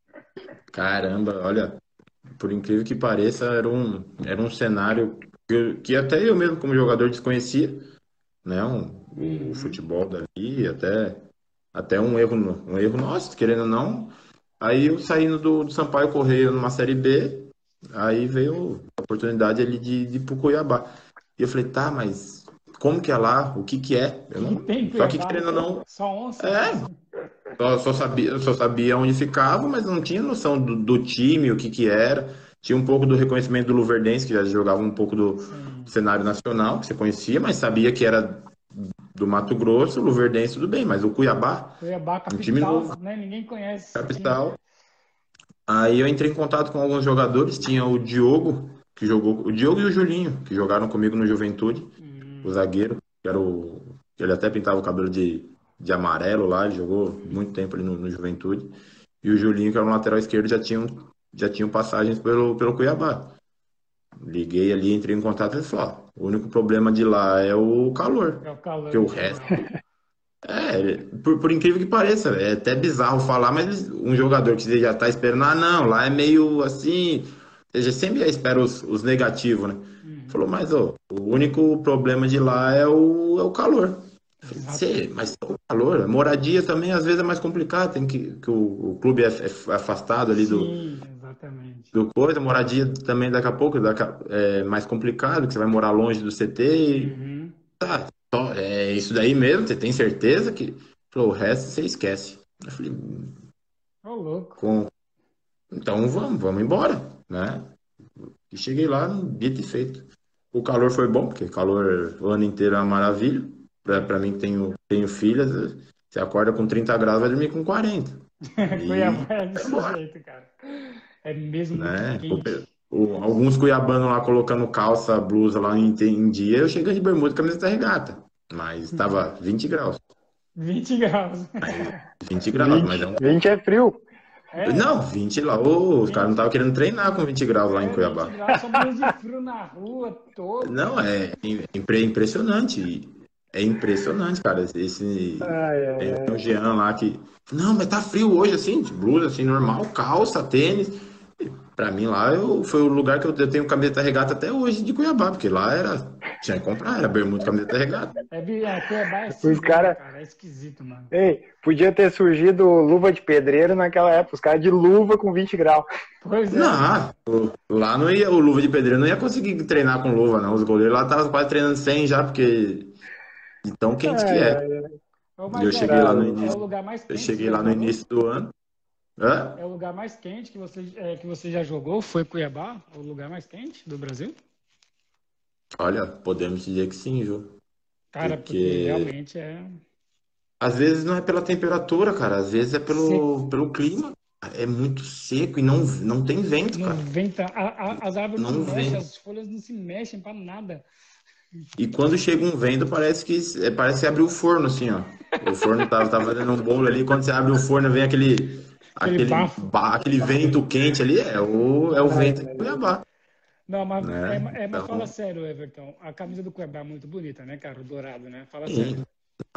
Caramba, olha, por incrível que pareça, era um, era um cenário que, eu- que até eu mesmo como jogador desconhecia, né? Um- o, o Uhum. futebol dali, até, até um erro, no- um erro nosso, querendo ou não. Aí eu saindo do, do Sampaio Correia numa Série B, aí veio a oportunidade ali de, de ir pro Cuiabá. E eu falei, tá, mas como que é lá? O que que é? O Eu que, que não... tem em Só que Cuiabá? querendo ou não, Só onça? é, só, só sabia, só sabia onde ficava, mas não tinha noção do, do time, o que que era. Tinha um pouco do reconhecimento do Luverdense, que já jogava um pouco do Sim. cenário nacional, que você conhecia, mas sabia que era do Mato Grosso, Luverdense, tudo bem, mas o Cuiabá, Cuiabá, um time capital, novo, né? Ninguém conhece esse time. capital. Aí eu entrei em contato com alguns jogadores, tinha o Diogo, que jogou, o Diogo e o Julinho, que jogaram comigo no Juventude, o Hum, zagueiro, que era o, ele até pintava o cabelo de, de amarelo lá, ele jogou muito tempo ali no, no Juventude. E o Julinho, que era um lateral esquerdo, já tinham, já tinham passagens pelo, pelo Cuiabá. Liguei ali, entrei em contato e ele falou: ó, o único problema de lá é o calor. é o Porque calor o resto. infernal. É, por, por incrível que pareça, é até bizarro falar, mas um jogador que você já tá esperando, ah, não, lá é meio assim. Você já sempre espera os, os negativos, né? Uhum. Falou, mas ó, o único problema de lá é o, é o calor. Falei, Exato. "Cê, mas o calor, a moradia também às vezes é mais complicado, tem que, que o, o clube é, é afastado ali do, Sim, exatamente. do coisa, moradia também daqui a pouco daqui a- é mais complicado, que você vai morar longe do C T. Uhum. Só, é isso daí mesmo, você tem certeza que falou, o resto você esquece. Eu falei, Ô, louco. com... então vamos, vamos embora, né? E cheguei lá, dito e feito. O calor foi bom, porque calor o ano inteiro é uma maravilha. Pra, pra mim que tenho, tenho filhas, você acorda com trinta graus, vai dormir com quarenta. E Cuiabá é desse embora, jeito, cara. É mesmo muito né? quente. O- alguns cuiabanos lá colocando calça, blusa lá em, em dia, eu cheguei de bermuda e camiseta regata. Mas estava vinte graus. vinte graus. vinte graus, mas é Vinte um. vinte é frio. É, Não, vinte lá. Ô, os caras não vinte. estavam querendo treinar com vinte graus lá em É, vinte Cuiabá. graus, só blusa de frio na rua, todo. Não, é impre- impressionante. É impressionante, cara. Esse, Ai, ai, tem ai. o Jean lá que. Não, mas tá frio hoje, assim, de blusa, assim, normal, calça, tênis. Pra mim lá eu, foi o lugar que eu, eu tenho camiseta regata até hoje de Cuiabá, porque lá era. Tinha que comprar, era bermuda, camiseta regata. É, vi- é, Cuiabá é Os assim mesmo, caras. cara. É esquisito, mano. Ei, podia ter surgido luva de pedreiro naquela época. Os caras de luva com vinte graus. Pois é. Não, o- lá não ia, o luva de pedreiro não ia conseguir treinar com luva, não. Os goleiros lá estavam quase treinando sem já, porque de tão quente que Ai, é. ai, ai. Ô, E eu mas, cheguei lá Tá no Everton, é o início, lugar mais eu quente que você cheguei já lá no jogou? início do ano. Hã? É o lugar mais quente que você, é, que você já jogou? Foi Cuiabá? O lugar mais quente do Brasil? Olha, podemos dizer que sim, viu? Cara, porque Porque realmente é às vezes não é pela temperatura, cara, às vezes é seco. pelo, pelo clima. É muito seco e não, não tem vento, Não cara. venta, a- a- as árvores não Não mexem, vem. as folhas não se mexem para nada. E quando chega um vento, parece que é, parece que abriu o forno, assim, ó. O forno tava, tava fazendo um bolo ali, quando você abre o forno, vem aquele, Aquele aquele, bafo. ba- aquele vento quente ali, é o, é o Ai, vento de ai. Cuiabá, Não, mas, é, né? é, mas fala Então, sério, Everton. A camisa do Cuiabá é muito bonita, né, cara? O dourado, né? Fala sim, sério.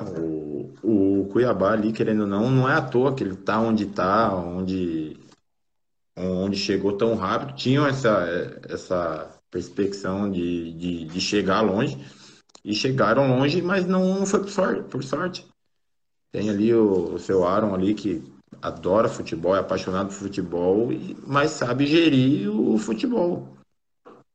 o, o Cuiabá ali, querendo ou não, não é à toa que ele tá onde tá, onde, onde chegou tão rápido. Tinham essa, essa perspecção de, de, de chegar longe, e chegaram longe, mas não foi por sorte, por sorte. Tem ali o, o seu Aaron ali que adora futebol, é apaixonado por futebol, e- mas sabe gerir o futebol.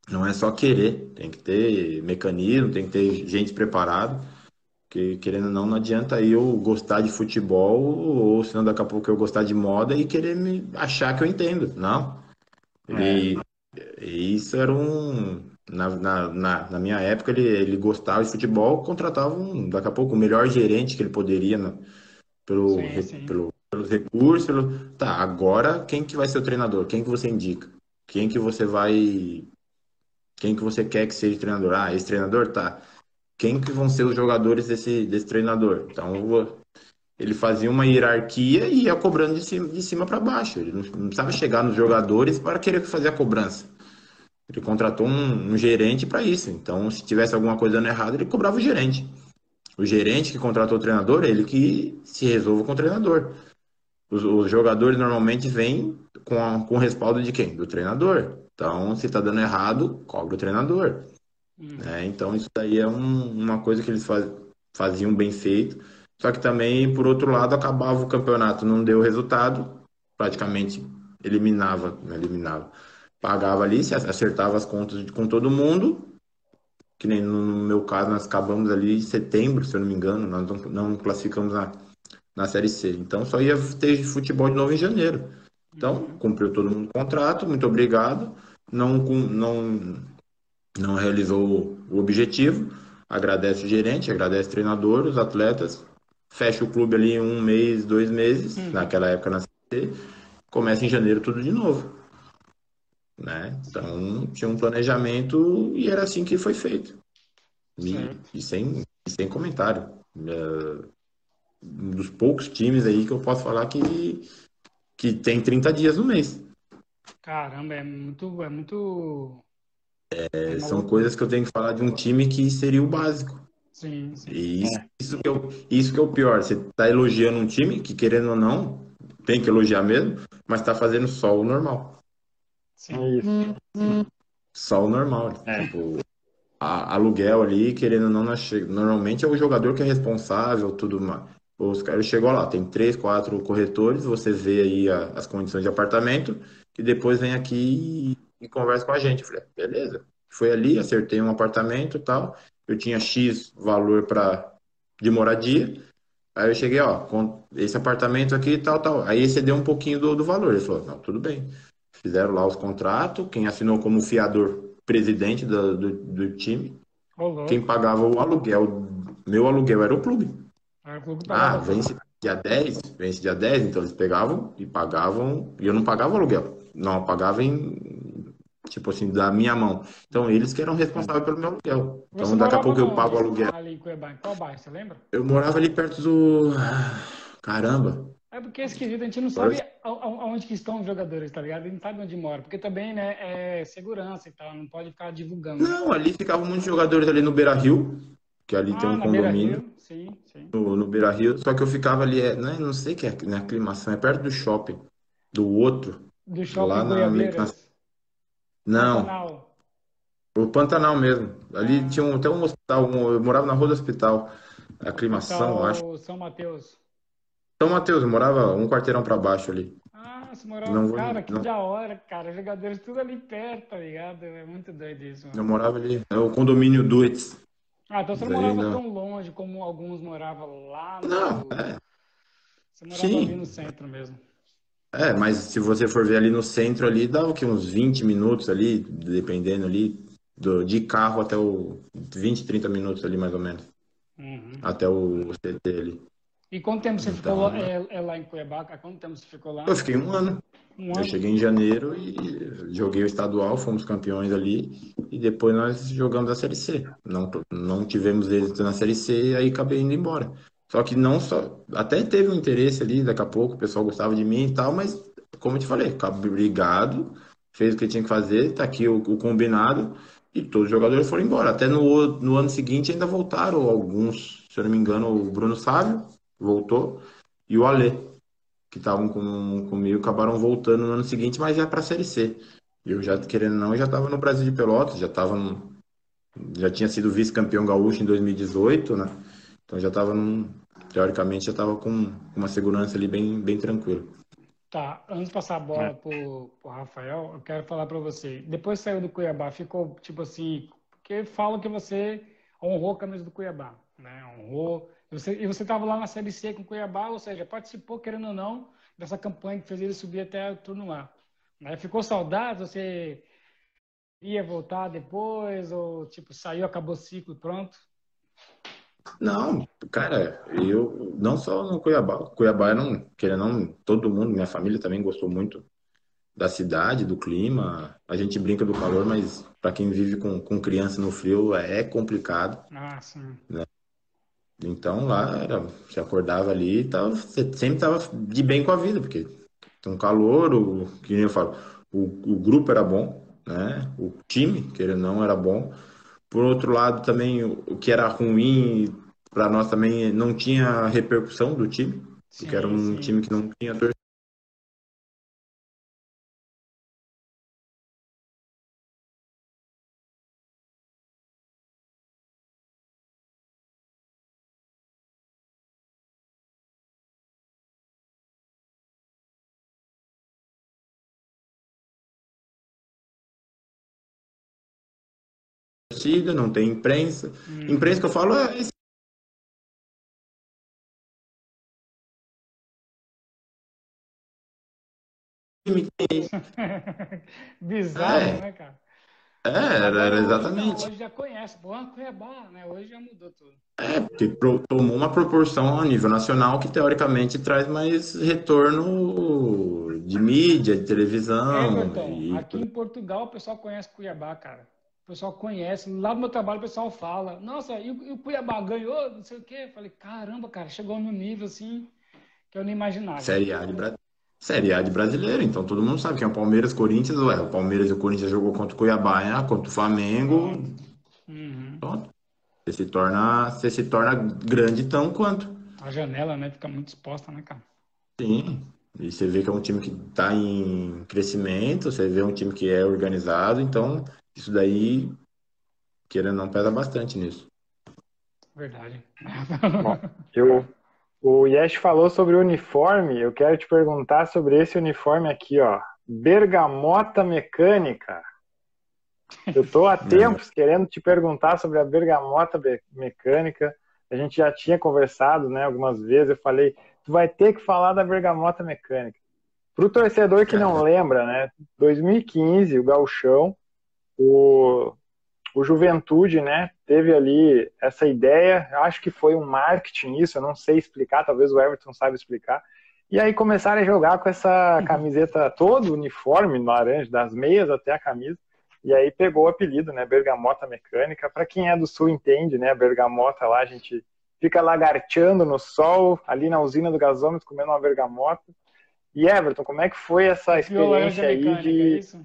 Não é só querer, tem que ter mecanismo, tem que ter gente preparada. Que, querendo ou não, não adianta eu gostar de futebol, ou senão daqui a pouco eu gostar de moda e querer me achar que eu entendo. Não. É, Ele, isso era um. Na, na, na, na minha época, ele, ele gostava de futebol, contratava um, daqui a pouco o melhor gerente que ele poderia, né, pelo, Sim, re- sim. pelo, pelos recursos. Pelo... Tá, agora quem que vai ser o treinador? Quem que você indica? Quem que você vai. Quem que você quer que seja o treinador? Ah, esse treinador tá. Quem que vão ser os jogadores desse, desse treinador? Então, eu vou- ele fazia uma hierarquia e ia cobrando de cima, de cima para baixo. Ele não, não precisava chegar nos jogadores para querer fazer a cobrança. Ele contratou um, um gerente para isso. Então, se tivesse alguma coisa dando errado, ele cobrava o gerente. O gerente que contratou o treinador, é ele que se resolve com o treinador. Os, os jogadores normalmente vêm com, a- com o respaldo de quem? Do treinador. Então, se está dando errado, cobra o treinador. Uhum. Né? Então, isso daí é um- uma coisa que eles faz- faziam bem feito. Só que também, por outro lado, acabava o campeonato, não deu resultado, praticamente eliminava, não eliminava. Pagava ali, se acertava as contas de- com todo mundo, que nem no no meu caso, nós acabamos ali em setembro, se eu não me engano, nós não, não classificamos na, na Série C. Então, só ia ter futebol de novo em janeiro. Então, Uhum. cumpriu todo mundo o contrato, muito obrigado. Não, cum- não não realizou o objetivo, agradece o gerente, agradece o treinador, os atletas, fecha o clube ali em um mês, dois meses, Uhum. naquela época na Série C, começa em janeiro tudo de novo, né? Sim, Então tinha um planejamento e era assim que foi feito. E, certo. e sem, e sem comentário. É, um dos poucos times aí que eu posso falar que, que tem trinta dias no mês. Caramba, é muito, é muito, é É, uma são coisas loucura. que eu tenho que falar de um time que seria o básico. Sim, sim, E isso, é, isso que é o, isso que é o pior. Você tá elogiando um time que, querendo ou não, tem que elogiar mesmo, mas tá fazendo só o normal. sim. isso. Só o normal. É, Tipo, a- aluguel ali, querendo ou não, nós che- normalmente é o jogador que é responsável, tudo mais. Os caras chegou lá, tem três, quatro corretores, você vê aí a- as condições de apartamento, e depois vem aqui e, e conversa com a gente. Eu falei, beleza. Foi ali, acertei um apartamento e tal. Eu tinha X valor para de moradia. Aí eu cheguei, ó, com esse apartamento aqui e tal, tal. Aí excedeu um pouquinho do, do valor. Ele falou, não, tudo bem. Fizeram lá os contratos, quem assinou como fiador presidente do, do, do time, Ô, quem louco. pagava o aluguel, meu aluguel era o clube. Aí o clube Ah, pagava tudo. vence dia dez vence dia dez então eles pegavam e pagavam, e eu não pagava o aluguel. Não, eu pagava em, tipo assim, da minha mão. Então eles que eram responsáveis pelo meu aluguel. Você Então daqui a morava pouco eu pago o onde? aluguel. Ali em Cuiabá. Em qual bairro, você lembra? Eu morava ali perto do. Ah, caramba. É porque é esquisito, a gente não Agora sabe a- a- aonde que estão os jogadores, tá ligado? A gente não sabe onde mora. Porque também, né, é segurança e tal, não pode ficar divulgando, né? não, ali ficavam muitos jogadores ali no Beira-Rio, que ali tem Ah, um na Beira condomínio Rio, sim, sim. no, no Beira-Rio, só que eu ficava ali, é, não, é- não sei o que é, na aclimação, é perto do shopping, do outro, Do lá Shopping na, meio que na, Goiabeiras, não, Pantanal. o Pantanal mesmo, ali tinha Ah, um, até um hospital, um- eu morava na rua do hospital, aclimação, eu acho. Hospital São Mateus. São Mateus, eu morava um quarteirão para baixo ali, Ah, você morava. não vou, Cara, que não, da hora, cara. Jogadores tudo ali perto, tá ligado? É muito doido isso, eu mano. morava ali, é o condomínio Duets, Ah, então você não daí morava ainda, tão longe como alguns moravam lá não, no. Você morava ali no sim. centro mesmo. É, mas se você for ver ali no centro ali, dá o quê? Uns vinte minutos ali, dependendo ali, do, de carro até o vinte, trinta minutos ali mais ou menos, Uhum. até o C T ali. E quanto tempo você ficou lá, Então, é, é lá em Cuiabá? Há quanto tempo você ficou eu lá? fiquei um ano. Um Eu ano? cheguei em janeiro e joguei o estadual, fomos campeões ali, e depois nós jogamos a Série C. Não, não tivemos êxito na Série C e aí acabei indo embora. Só que não só, até teve um interesse ali, daqui a pouco o pessoal gostava de mim e tal, mas como eu te falei, acabei obrigado, fez o que tinha que fazer, tá aqui o, o combinado, e todos os jogadores foram embora. Até no, no ano seguinte ainda voltaram alguns, se eu não me engano, o Bruno Sávio voltou, e o Alê que estavam com, comigo acabaram voltando no ano seguinte, mas já para a Série C. Eu já, querendo ou não, eu já estava no Brasil de Pelotas, já estava no- já tinha sido vice-campeão gaúcho em dois mil e dezoito, né? Então já estava num, teoricamente já estava com uma segurança ali bem, bem tranquilo. Tá, antes de passar a bola né? pro, pro Rafael, eu quero falar para você. Depois que saiu do Cuiabá, ficou tipo assim, porque falam que você honrou a camisa do Cuiabá, né? Honrou. E você, e você estava lá na Série C com o Cuiabá, ou seja, participou, querendo ou não, dessa campanha que fez ele subir até o turno lá. Né? Ficou saudade? Você ia voltar depois? Ou tipo, saiu, acabou o ciclo, pronto? Não, cara, eu não só no Cuiabá. Cuiabá, não, querendo ou não, todo mundo, minha família também gostou muito da cidade, do clima. A gente brinca do calor, mas para quem vive com, com criança no frio é complicado. Ah, sim. Então lá era, você acordava ali e tava, você sempre tava de bem com a vida, porque tem um calor, o, que nem eu falo, o, o grupo era bom, né? O time, querendo ou não, era bom. Por outro lado, também o, o que era ruim para nós também não tinha repercussão do time, porque era Sim, um sim. time que não tinha torcida. Não tem imprensa. Imprensa Uhum. que eu falo é esse time. Bizarro, É, né, cara? é, era, Agora era hoje não, exatamente. hoje já conhece. Pô, Cuiabá, né? Hoje já mudou tudo. É, porque pro- tomou uma proporção a nível nacional que teoricamente traz mais retorno de mídia, de televisão Everton, e aqui em Portugal o pessoal conhece Cuiabá, cara. O pessoal conhece. Lá no meu trabalho o pessoal fala: Nossa, e o, e o Cuiabá ganhou? Não sei o quê. Eu falei: Caramba, cara, chegou no nível assim que eu não imaginava. Série A de, Bra... Série A de brasileiro. Então todo mundo sabe que é o Palmeiras, Corinthians, ué, o Palmeiras e o Corinthians jogou contra o Cuiabá, é, contra o Flamengo. Pronto. Uhum. Pronto. Você se torna, você se torna grande tão quanto. A janela, né? Fica muito exposta, né, cara? Sim. E você vê que é um time que está em crescimento, você vê um time que é organizado, então isso daí, querendo ou não, pesa bastante nisso. Verdade. Bom, eu, o Yesh falou sobre o uniforme, eu quero te perguntar sobre esse uniforme aqui, ó. Bergamota Mecânica. Eu estou há É. tempos querendo te perguntar sobre a bergamota be- mecânica. A gente já tinha conversado, né, algumas vezes. Eu falei, tu vai ter que falar da bergamota mecânica. Para o torcedor que não Cara, lembra, né, dois mil e quinze, o Gauchão, o, o Juventude, né, teve ali essa ideia. Eu acho que foi um marketing isso, eu não sei explicar, talvez o Everton saiba explicar. E aí começaram a jogar com essa camiseta todo uniforme, laranja, das meias até a camisa. E aí pegou o apelido, né? Bergamota Mecânica. Para quem é do Sul entende, né? Bergamota lá, a gente fica lagarteando no sol, ali na usina do gasômetro, comendo uma bergamota. E Everton, como é que foi essa Copiou laranja experiência aí mecânica, é de. isso?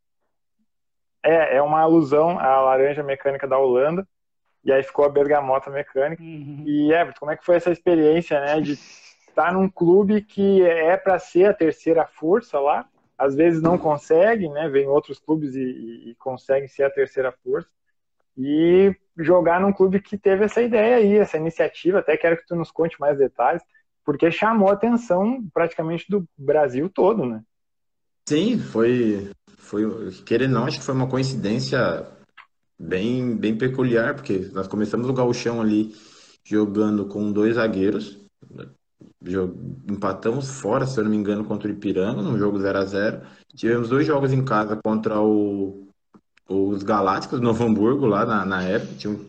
É, é uma alusão à laranja mecânica da Holanda, e aí ficou a bergamota mecânica. Uhum. E Everton, como é que foi essa experiência, né? De estar num clube que é para ser a terceira força lá, às vezes não consegue, né? Vem outros clubes e, e, e conseguem ser a terceira força. E jogar num clube que teve essa ideia aí, essa iniciativa. Até quero que tu nos conte mais detalhes, porque chamou a atenção praticamente do Brasil todo, né? sim, foi, foi, querendo ou não, acho que foi uma coincidência bem, bem peculiar, porque nós começamos o gauchão ali jogando com dois zagueiros, jo- empatamos fora, se eu não me engano, contra o Ipiranga, num jogo zero a zero. Tivemos dois jogos em casa contra o, os Galácticos, do Novo Hamburgo, lá na, na época, tinha um,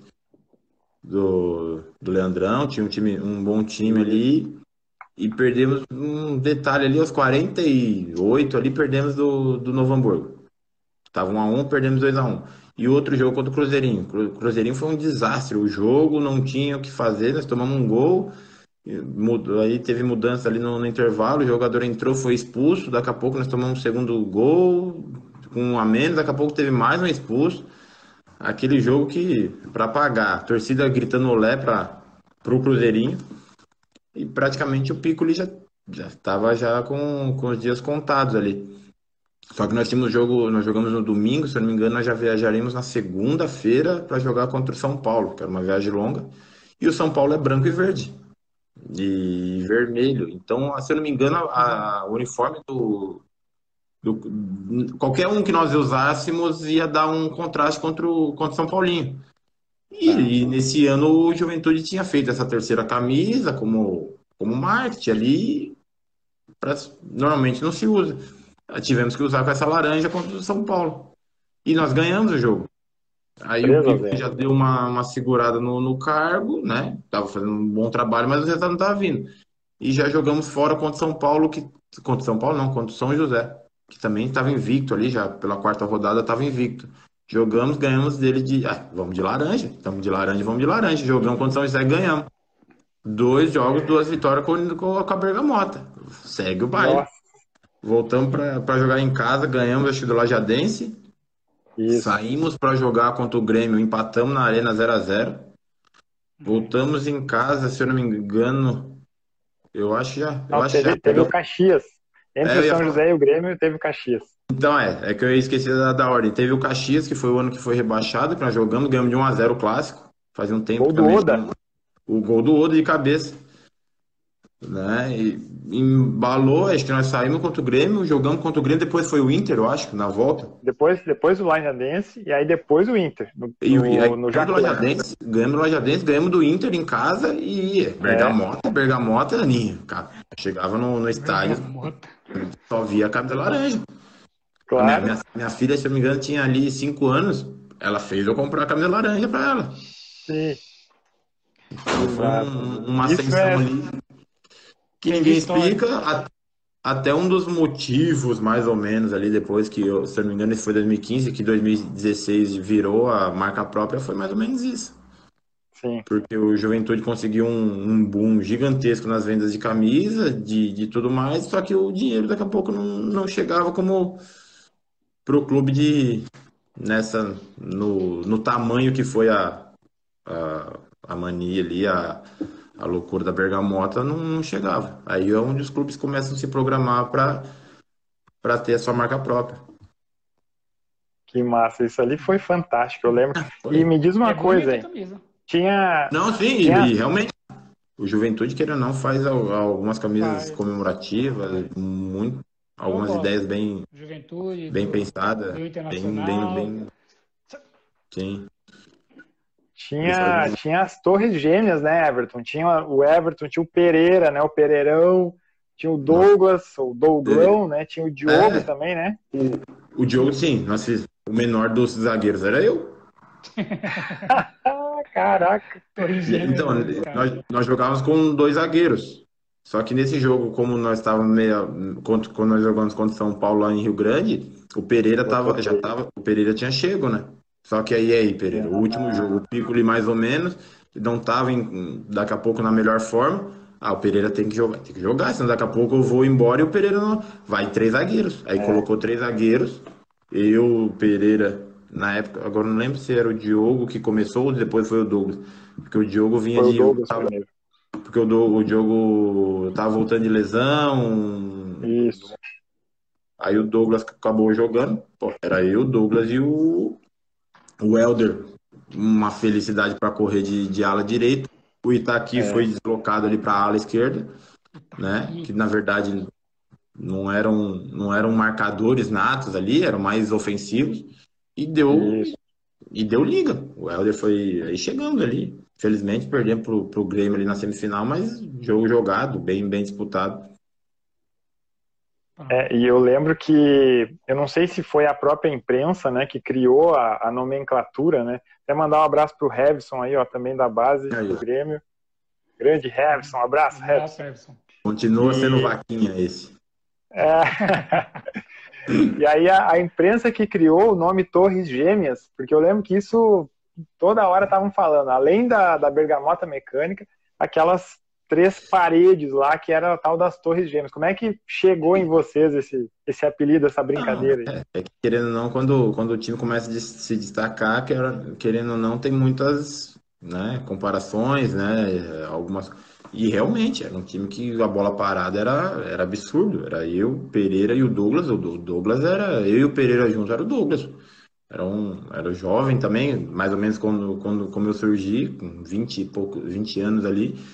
do, do Leandrão, tinha um time, um bom time E ali, e perdemos um detalhe ali, aos quarenta e oito ali, perdemos do, do Novo Hamburgo. Tava um a um, perdemos dois a um. E outro jogo contra o Cruzeirinho. O Cruzeirinho foi um desastre. O jogo não tinha o que fazer, nós tomamos um gol, mudou, aí teve mudança ali no, no intervalo, o jogador entrou, foi expulso, daqui a pouco nós tomamos um segundo gol, com um a menos, daqui a pouco teve mais um expulso. Aquele jogo que, para pagar, a torcida gritando olé para o Cruzeirinho, e praticamente o Piccoli já já estava já com, com os dias contados ali. Só que nós tínhamos jogo, nós jogamos no domingo, se eu não me engano, nós já viajaremos na segunda-feira para jogar contra o São Paulo, que era uma viagem longa. E o São Paulo é branco e verde. e vermelho. Então, se eu não me engano, a, a- o uniforme do, do- qualquer um que nós usássemos ia dar um contraste contra o, contra o São Paulinho. Tá. E, e nesse ano o Juventude tinha feito essa terceira camisa como, como marketing ali, pra, normalmente não se usa. Tivemos que usar com essa laranja contra o São Paulo. E nós ganhamos o jogo. Aí o três a Pico já zero. deu uma, uma segurada no, no cargo, né? Tava fazendo um bom trabalho, mas o resultado não tava vindo. E já jogamos fora contra o São Paulo, que contra o São Paulo não, contra o São José, que também estava invicto ali, já pela quarta rodada estava invicto. Jogamos, ganhamos dele de. Ah, vamos de laranja, estamos de laranja, vamos de laranja. Jogamos contra o São José e ganhamos. Dois jogos, duas vitórias com, com a Bergamota. Segue o baile. Nossa, Voltamos para jogar em casa, ganhamos acho que do Lajadense. isso. Saímos para jogar contra o Grêmio, empatamos na Arena zero a zero. Voltamos em casa, se eu não me engano, eu acho já, eu Não, acho já. teve, teve o Caxias. É, Entre o eu ia São falar. José e o Grêmio, teve o Caxias. Então é, é que eu esqueci da, da ordem. Teve o Caxias, que foi o ano que foi rebaixado, que nós jogamos, ganhamos de um a zero o clássico. Fazia um tempo Gol que do também Oda. tinha o gol do Odo de cabeça, né? E embalou, acho que nós saímos contra o Grêmio, jogamos contra o Grêmio, depois foi o Inter, eu acho, na volta. Depois, depois o Lajadense e aí depois o Inter, no, E, e aí no, no ganhamos do Jacone. Lajadense, ganhamos do Lajadense, ganhamos do Inter em casa e É, Bergamota, Bergamota, Aninha, cara. Chegava no, no estádio, Bergamota. só via a camisa laranja. A minha, claro. minha, minha filha, se eu não me engano, tinha ali cinco anos. Ela fez eu comprar a camisa laranja pra ela. Sim, que Então foi massa. um- uma Isso ascensão é, ali que Teve ninguém história. explica. a- Até um dos motivos, mais ou menos, ali depois que, eu, se eu não me engano, isso foi dois mil e quinze, que dois mil e dezesseis virou a marca própria, foi mais ou menos isso. sim. Porque o Juventude conseguiu um, um boom gigantesco nas vendas de camisa, de, de tudo mais, só que o dinheiro daqui a pouco não, não chegava como pro clube de nessa no, no tamanho que foi a, a, a mania ali, a, a loucura da Bergamota não, não chegava. Aí é onde os clubes começam a se programar para para ter a sua marca própria. Que massa. Isso ali foi fantástico, eu lembro. E Foi. me diz É uma coisa, bonita a hein? camisa. Tinha, Não, sim, tinha, e, e realmente o Juventude, querendo ou não, faz al- algumas camisas Faz. comemorativas, muito, Eu algumas gosto. ideias bem, Juventude, bem do, pensadas, do bem, bem, Internacional. bem, sim. Eles tinha, fazem tinha as Torres Gêmeas, né, Everton? Tinha o Everton, tinha o Pereira, né? O Pereirão, tinha o Nossa, Douglas, o teve- Douglão, né? Tinha o Diogo é, também, né? o Diogo, sim, nós fiz, o menor dos zagueiros era eu. Ah, caraca. Torre Gêmeas, Então, né, cara? nós, nós jogávamos com dois zagueiros. Só que nesse jogo, como nós estávamos meio. Quando, quando nós jogamos contra o São Paulo lá em Rio Grande, o Pereira Botou tava, já três. tava. O Pereira tinha chego, né? Só que aí, aí, Pereira, o último jogo, o Piccoli mais ou menos, não tava em- daqui a pouco na melhor forma. Ah, o Pereira tem que jogar, tem que jogar, senão daqui a pouco eu vou embora e o Pereira não. Vai três zagueiros. Aí É, colocou três zagueiros. Eu, o Pereira, na época, agora eu não lembro se era o Diogo que começou ou depois foi o Douglas. Porque o Diogo vinha foi o de. Douglas tava- primeiro. porque o, Do- o Diogo tava voltando de lesão. Isso. Aí o Douglas acabou jogando. Pô, era eu, o Douglas e o, o Helder. Uma felicidade para correr de, de ala direita. O Itaqui É, foi deslocado ali para a ala esquerda, né? Que Aqui. na verdade não eram, não eram marcadores natos ali, eram mais ofensivos. E deu, isso. e deu liga. O Helder foi aí chegando ali. Felizmente perdemos pro, pro Grêmio ali na semifinal, mas jogo jogado, bem, bem disputado. Pronto. É, e eu lembro que, eu não sei se foi a própria imprensa, né, que criou a, a nomenclatura, né? Até mandar um abraço pro Revson aí, ó, também da base Aí, do ó. Grêmio. Grande Revson, um abraço, Um abraço, Revson. Everson. Continua sendo E, vaquinha esse. é, e aí a, a imprensa que criou o nome Torres Gêmeas, porque eu lembro que isso toda hora estavam falando, além da, da bergamota mecânica, aquelas três paredes lá que era a tal das Torres Gêmeas. Como é que chegou em vocês esse, esse apelido, essa Não, brincadeira aí? é, é que querendo ou não, quando, quando o time começa a de- se destacar, quer- querendo ou não, tem muitas, né, comparações, né, algumas. E realmente, era um time que a bola parada era, era absurdo. Era eu, o Pereira e o Douglas. O Do- Douglas era. Eu e o Pereira juntos era o Douglas. Era um, era jovem também, mais ou menos quando, quando como eu surgi, com vinte e pouco, vinte anos ali.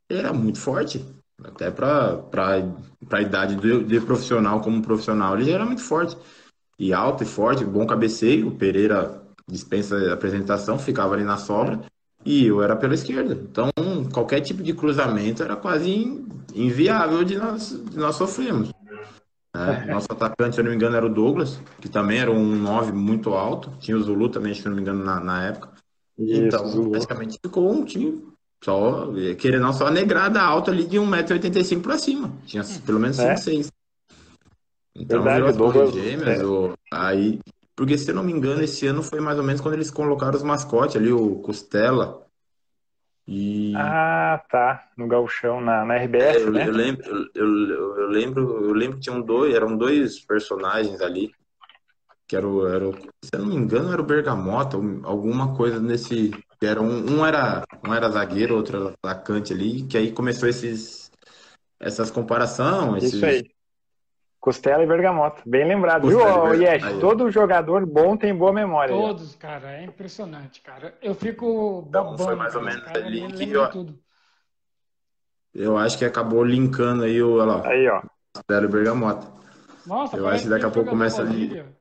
Ele era muito forte. Até para a idade de, de profissional como profissional, ele já era muito forte. E alto e forte, bom cabeceio. O Pereira dispensa a apresentação, ficava ali na sobra. E eu era pela esquerda. Então, qualquer tipo de cruzamento era quase in- inviável de nós, de nós sofrermos. Né? Nosso atacante, se eu não me engano, era o Douglas, que também era um nove muito alto. Tinha o Zulu também, se eu não me engano, na, na época. Isso, Então, Zulu. basicamente ficou um time só, querendo ou não, só a negrada alta ali de um metro e oitenta e cinco para cima. Tinha pelo menos cinco É, seis. Então virou verdade, o as Torres Douglas. Gêmeas, É. o, aí. Porque se eu não me engano, esse ano foi mais ou menos quando eles colocaram os mascotes ali, o Costela. E Ah, tá. No Gauchão, na, na é, R B S, eu, eu né? lembro, eu, eu, eu lembro, eu lembro que tinham dois, eram dois personagens ali, que era o, era o, se eu não me engano, era o Bergamota, um- alguma coisa nesse. Que era um, um era um era zagueiro, outro era atacante ali, que aí começou esses, essas comparação, Isso esses aí. Costela e Bergamota. Bem lembrado, viu, Costela e ô, Bergamota. Yesh? Aí, ó. Todo jogador bom tem boa memória aí, ó. Todos, cara, é impressionante, cara. Eu fico Então foi babando, mais ou cara. Os menos caras me ali que lembram eu, de tudo. eu acho que acabou linkando aí o, olha lá, Aí, ó. Costela e Bergamota. Nossa, Eu acho que parece daqui a aquele pouco jogador começa ali. Valdívia.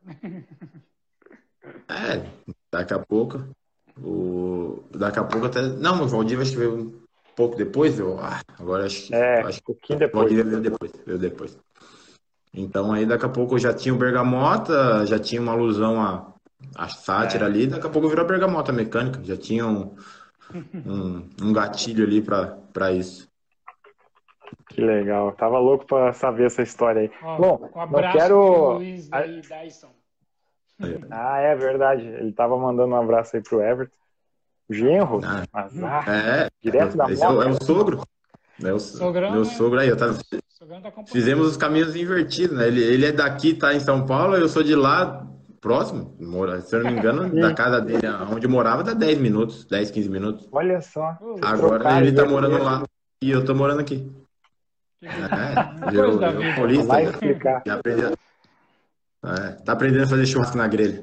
É, daqui a pouco. O, daqui a pouco até. Não, o Valdívia acho que veio um pouco depois. Eu, ah, agora acho que. É, um Acho que pouquinho o depois. Valdívia veio depois. Veio depois. Então aí daqui a pouco já tinha o Bergamota, já tinha uma alusão à, à sátira É, ali, daqui a pouco virou a Bergamota mecânica, já tinha um, um, um gatilho ali para para isso. que legal. Tava louco pra saber essa história aí. Ó, Bom, um não abraço pro quero. Luiz aí, Dyson. Aí, Ah, é verdade. Ele tava mandando um abraço aí pro Everton. O Tá genro, bom. ah, azar. é, Direto da esse é o, é moto. o sogro. É o, Sogrão, meu né? sogro aí, eu tava, Sogrão tá acompanhando. fizemos os caminhos invertidos, né? Ele, ele é daqui, tá em São Paulo, eu sou de lá, próximo. Mora, se eu não me engano, da Sim, casa dele, onde eu morava, dá dez minutos, dez quinze minutos. olha só. Ô, Vocês louco. Agora trocaram ele tá de morando endereço. lá e eu tô morando aqui. Que É, bonito. Coisa virou, da virou vida. paulista Vai já. explicar. Já aprendeu, é, tá aprendendo a fazer churrasco na grelha.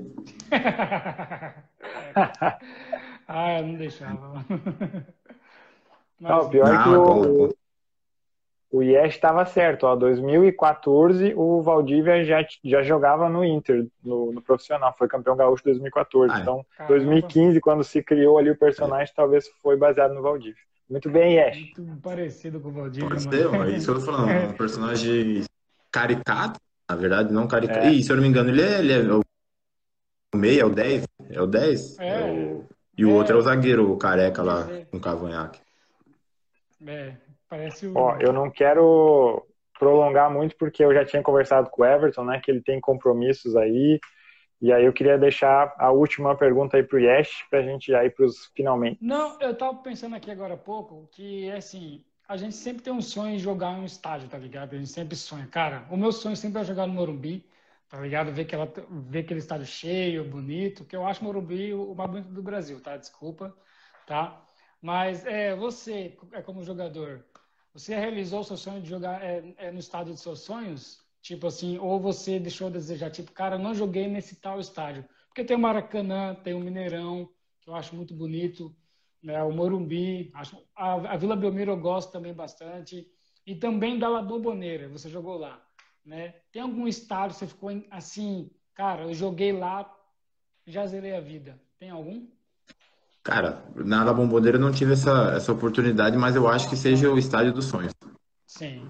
Ah, eu não deixava. Não, Mas, o pior é que Não, é bom, é bom. o, o Yesh estava certo. Ó, dois mil e quatorze, o Valdívia já, já jogava no Inter, no, no profissional. Foi campeão gaúcho em dois mil e quatorze. Ah, é. Então, caramba, dois mil e quinze, quando se criou ali o Aí, personagem, talvez foi baseado no Valdívia. Muito bem, Yesh. muito parecido com o Valdívia, pode mano. ser, ó, é isso que eu tô falando, um personagem caricato, na verdade, não caricato. É, Ih, se eu não me engano, ele é, ele é o meio, é o dez, é o dez, é É, o... E o outro é o é, zagueiro, o careca pode lá, ser. com cavanhaque. É, parece ó, o. eu não quero prolongar muito porque eu já tinha conversado com o Everton, né, que ele tem compromissos aí. E aí eu queria deixar a última pergunta aí pro Yesh, pra gente já ir pros finalmente. Não, eu tava pensando aqui agora há pouco que, assim, a gente sempre tem um sonho de jogar em um estádio, tá ligado? A gente sempre sonha. Cara, o meu sonho sempre é jogar no Morumbi, tá ligado? Ver, aquela, ver aquele estádio cheio, bonito, que eu acho o Morumbi o o mais bonito do Brasil, tá? Desculpa, tá? Mas é, você, é como jogador, você realizou o seu sonho de jogar é, é, no estádio dos seus sonhos? Tipo assim, ou você deixou a desejar, tipo, cara, eu não joguei nesse tal estádio. Porque tem o Maracanã, tem o Mineirão, que eu acho muito bonito, né? O Morumbi, acho, a, a Vila Belmiro eu gosto também bastante, e também da La Bombonera, você jogou lá, né? Tem algum estádio que você ficou em- assim, cara, eu joguei lá, já zerei a vida. Tem algum? Cara, na La Bombonera eu não tive essa, essa oportunidade, mas eu acho que Ah, seja o tá. estádio dos sonhos. Sim.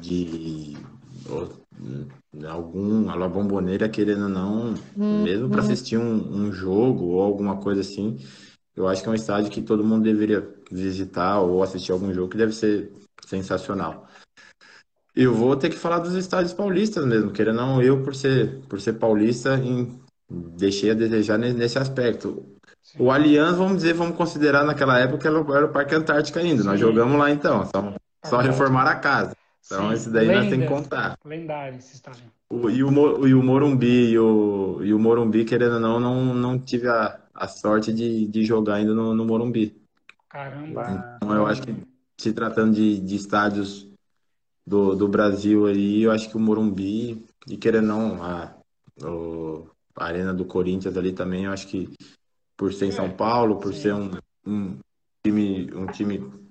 De ou, hum, algum, a La Bombonera, querendo ou não, mesmo para assistir um, um jogo ou alguma coisa assim, eu acho que é um estádio que todo mundo deveria visitar ou assistir algum jogo que deve ser sensacional. Eu vou ter que falar dos estádios paulistas mesmo, querendo ou não, eu por ser, por ser paulista, em- deixei a desejar ne- nesse aspecto. O Sim. Allianz, vamos dizer, vamos considerar naquela época que era o era o Parque Antártica ainda. Nós Sim. jogamos lá então, só, só Parque Antártico. reformar a casa. Então, Sim. esse daí nós temos que Lenda. contar. Lendário esse estádio. O- e, o, Mo- e o Morumbi, e o, e o Morumbi, querendo ou não, não, não tive a, a sorte de, de jogar ainda no, no Morumbi. Caramba. Bah, Então, eu acho que se tratando de, de estádios do, do Brasil aí, eu acho que o Morumbi, e querendo ou não, a, o- a Arena do Corinthians ali também, eu acho que por ser em São É, Paulo, por ser sim. um, um time, um time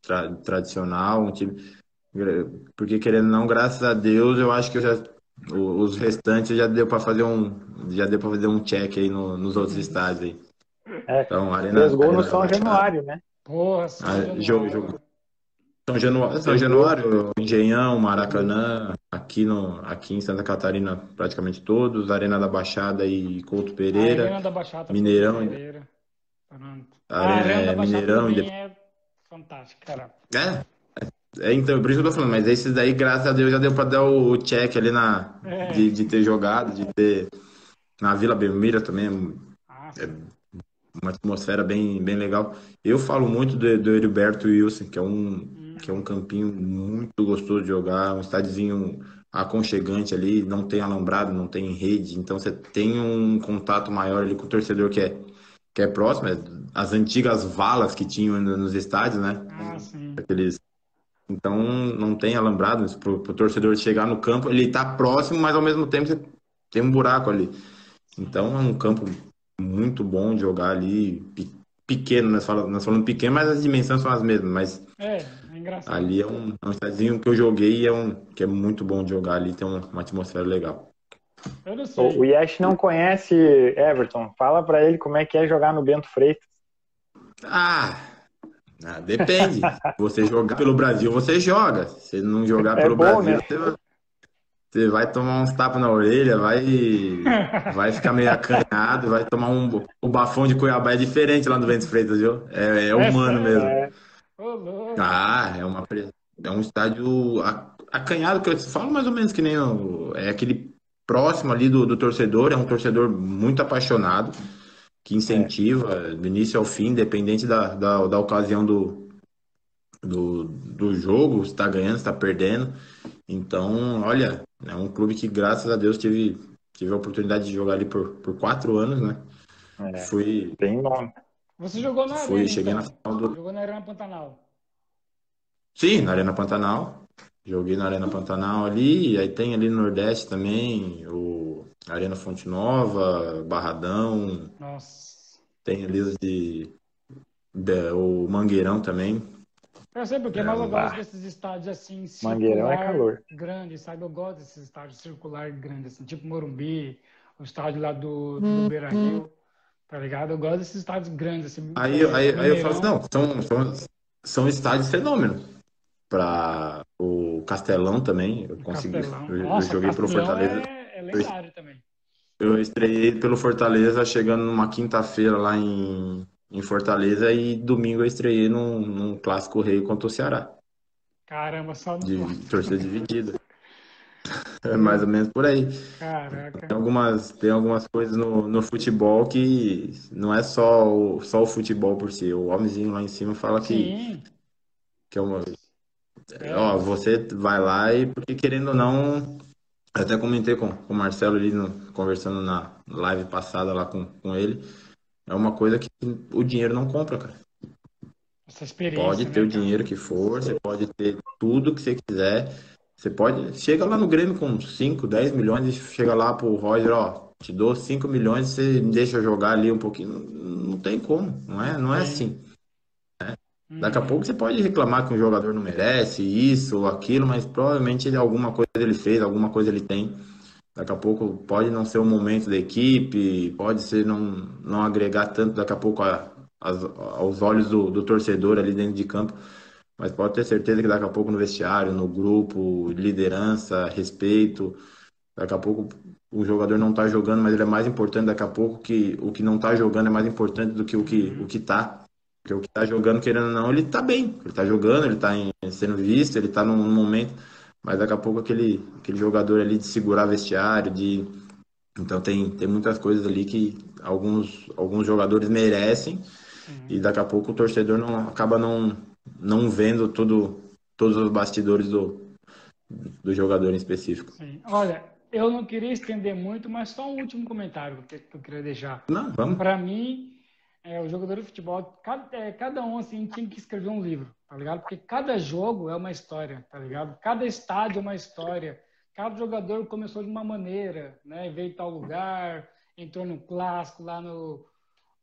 tra- tradicional, um time. Porque querendo ou não, graças a Deus, eu acho que eu já, o- os restantes já deu para fazer um, já deu para fazer um check aí no- nos outros estádios aí. É, Então, fez Arena, gol no Arena da São Baixada, Januário, né? Porra, São a- jogo, Januário. jogo. São Januário, São Fez gol. Januário, Engenhão, Maracanã, aqui, no, aqui em Santa Catarina, praticamente todos, Arena da Baixada e Couto A Pereira, Arena da Baixada foi do Mineirão, Pereira. Pronto. A Arena, Arena da é, Baixada Mineirão, também inde- é fantástica, cara. é, é, então, por isso que eu tô falando, mas esses daí, graças a Deus, já deu pra dar o, o check ali na, É. de, de ter jogado, de ter, na Vila Belmiro também, Ah, é sim. uma atmosfera bem, bem legal. Eu falo muito do, do Heriberto Wilson, que é um, que é um Hum, campinho muito gostoso de jogar, um estádiozinho aconchegante ali, não tem alambrado, não tem rede, então você tem um contato maior ali com o torcedor que é, que é próximo, é as antigas valas que tinham no- nos estádios, né? ah, sim. Aqueles, então não tem alambrado, para o torcedor chegar no campo, ele está próximo, mas ao mesmo tempo você tem um buraco ali. Sim. Então é um campo muito bom de jogar ali, pe- pequeno, nós falamos, nós falamos pequeno, mas as dimensões são as mesmas, mas É, é engraçado. ali é um, é um estadinho que eu joguei e é um que é muito bom de jogar ali, tem uma, uma atmosfera legal. Eu não O, o sei. Yesh não conhece Everton. Fala pra ele como é que é jogar no Bento Freitas. Ah, ah, depende. Se você jogar pelo Brasil, você joga. Se não jogar É pelo bom, Brasil, né? você vai, você vai tomar uns tapas na orelha, vai, vai ficar meio acanhado, vai tomar um. O bafão de Cuiabá é diferente lá no Ventos Freitas, viu? É, é É humano sério? mesmo. É, Ô, louco. Ah, é uma pre- é um estádio a- acanhado que eu te falo mais ou menos que nem o, é aquele próximo ali do, do torcedor, é um torcedor muito apaixonado, que é. incentiva do início ao fim, independente da, da, da ocasião do, do, do jogo, se está ganhando, se está perdendo. Então, olha, é um clube que graças a Deus tive, tive a oportunidade de jogar ali por, por quatro anos, né? É, Fui, tem nome. Você jogou na fui, Arena, cheguei na então? final do. Jogou na Arena Pantanal. Sim, na Arena Pantanal. Joguei na Arena Pantanal ali, aí tem ali no Nordeste também, o Arena Fonte Nova, Barradão, Nossa. tem ali os de, de- o Mangueirão também. Eu sei porque, É, mas eu o- gosto Ah, desses estádios assim, Mangueirão é circular calor. grande, sabe? Eu gosto desses estádios circular grandes, assim, tipo Morumbi, o estádio lá do, do Beira-Rio, tá ligado? Eu gosto desses estádios grandes, assim, aí, é, aí, aí eu falo assim, Mineirão, não, são, são, são estádios fenômenos. Para o Castelão também, eu consegui, Castelão. eu, eu Nossa, joguei pelo Castelão Fortaleza. é, é Eu, lendário também. eu estreiei pelo Fortaleza chegando numa quinta-feira lá em, em Fortaleza e domingo eu estreiei num, num clássico rei contra o Ceará. Caramba, só no De clássico. torcida dividida. É mais ou Meu, menos por aí. caraca. Tem algumas, tem algumas coisas no, no futebol que não é só o, só o futebol por si. O homenzinho lá em cima fala que, Sim, que é uma. é. Ó, você vai lá e, porque querendo ou não, eu até comentei com, com o Marcelo ali, no- conversando na live passada lá com, com ele, é uma coisa que o dinheiro não compra, cara. Essa Pode experiência, ter né, o cara? dinheiro que for, você pode ter tudo que você quiser. Você pode. Chega lá no Grêmio com cinco dez milhões e chega lá pro Roger, ó, te dou cinco milhões, você me deixa jogar ali um pouquinho. Não, não tem como, não Não é, não é tem. assim. Daqui a pouco Uhum. você pode reclamar que um jogador não merece isso ou aquilo, mas provavelmente ele, alguma coisa ele fez, alguma coisa ele tem. Daqui a pouco pode não ser o momento da equipe, pode ser não, não agregar tanto daqui a pouco a, as- aos olhos do, do torcedor ali dentro de campo, mas pode ter certeza que daqui a pouco no vestiário, no grupo, liderança, respeito, daqui a pouco o jogador não tá jogando, mas ele é mais importante daqui a pouco que o que não tá jogando é mais importante do que o que, o Uhum. que tá. Porque o que tá jogando, querendo ou não, ele tá bem. Ele tá jogando, ele tá em- sendo visto, ele tá num, num momento. Mas daqui a pouco aquele, aquele jogador ali de segurar vestiário, de. Então tem, tem muitas coisas ali que alguns, alguns jogadores merecem e Sim, daqui a pouco o torcedor não acaba não, não vendo tudo, todos os bastidores do, do jogador em específico. sim. Olha, eu não queria estender muito, mas só um último comentário que que eu queria deixar. Não, vamos. Para mim, é, o jogador de futebol, cada, é, cada um assim tinha que escrever um livro, tá ligado? Porque cada jogo é uma história, tá ligado? Cada estádio é uma história. Cada jogador começou de uma maneira, né? Veio em tal lugar, entrou no clássico lá no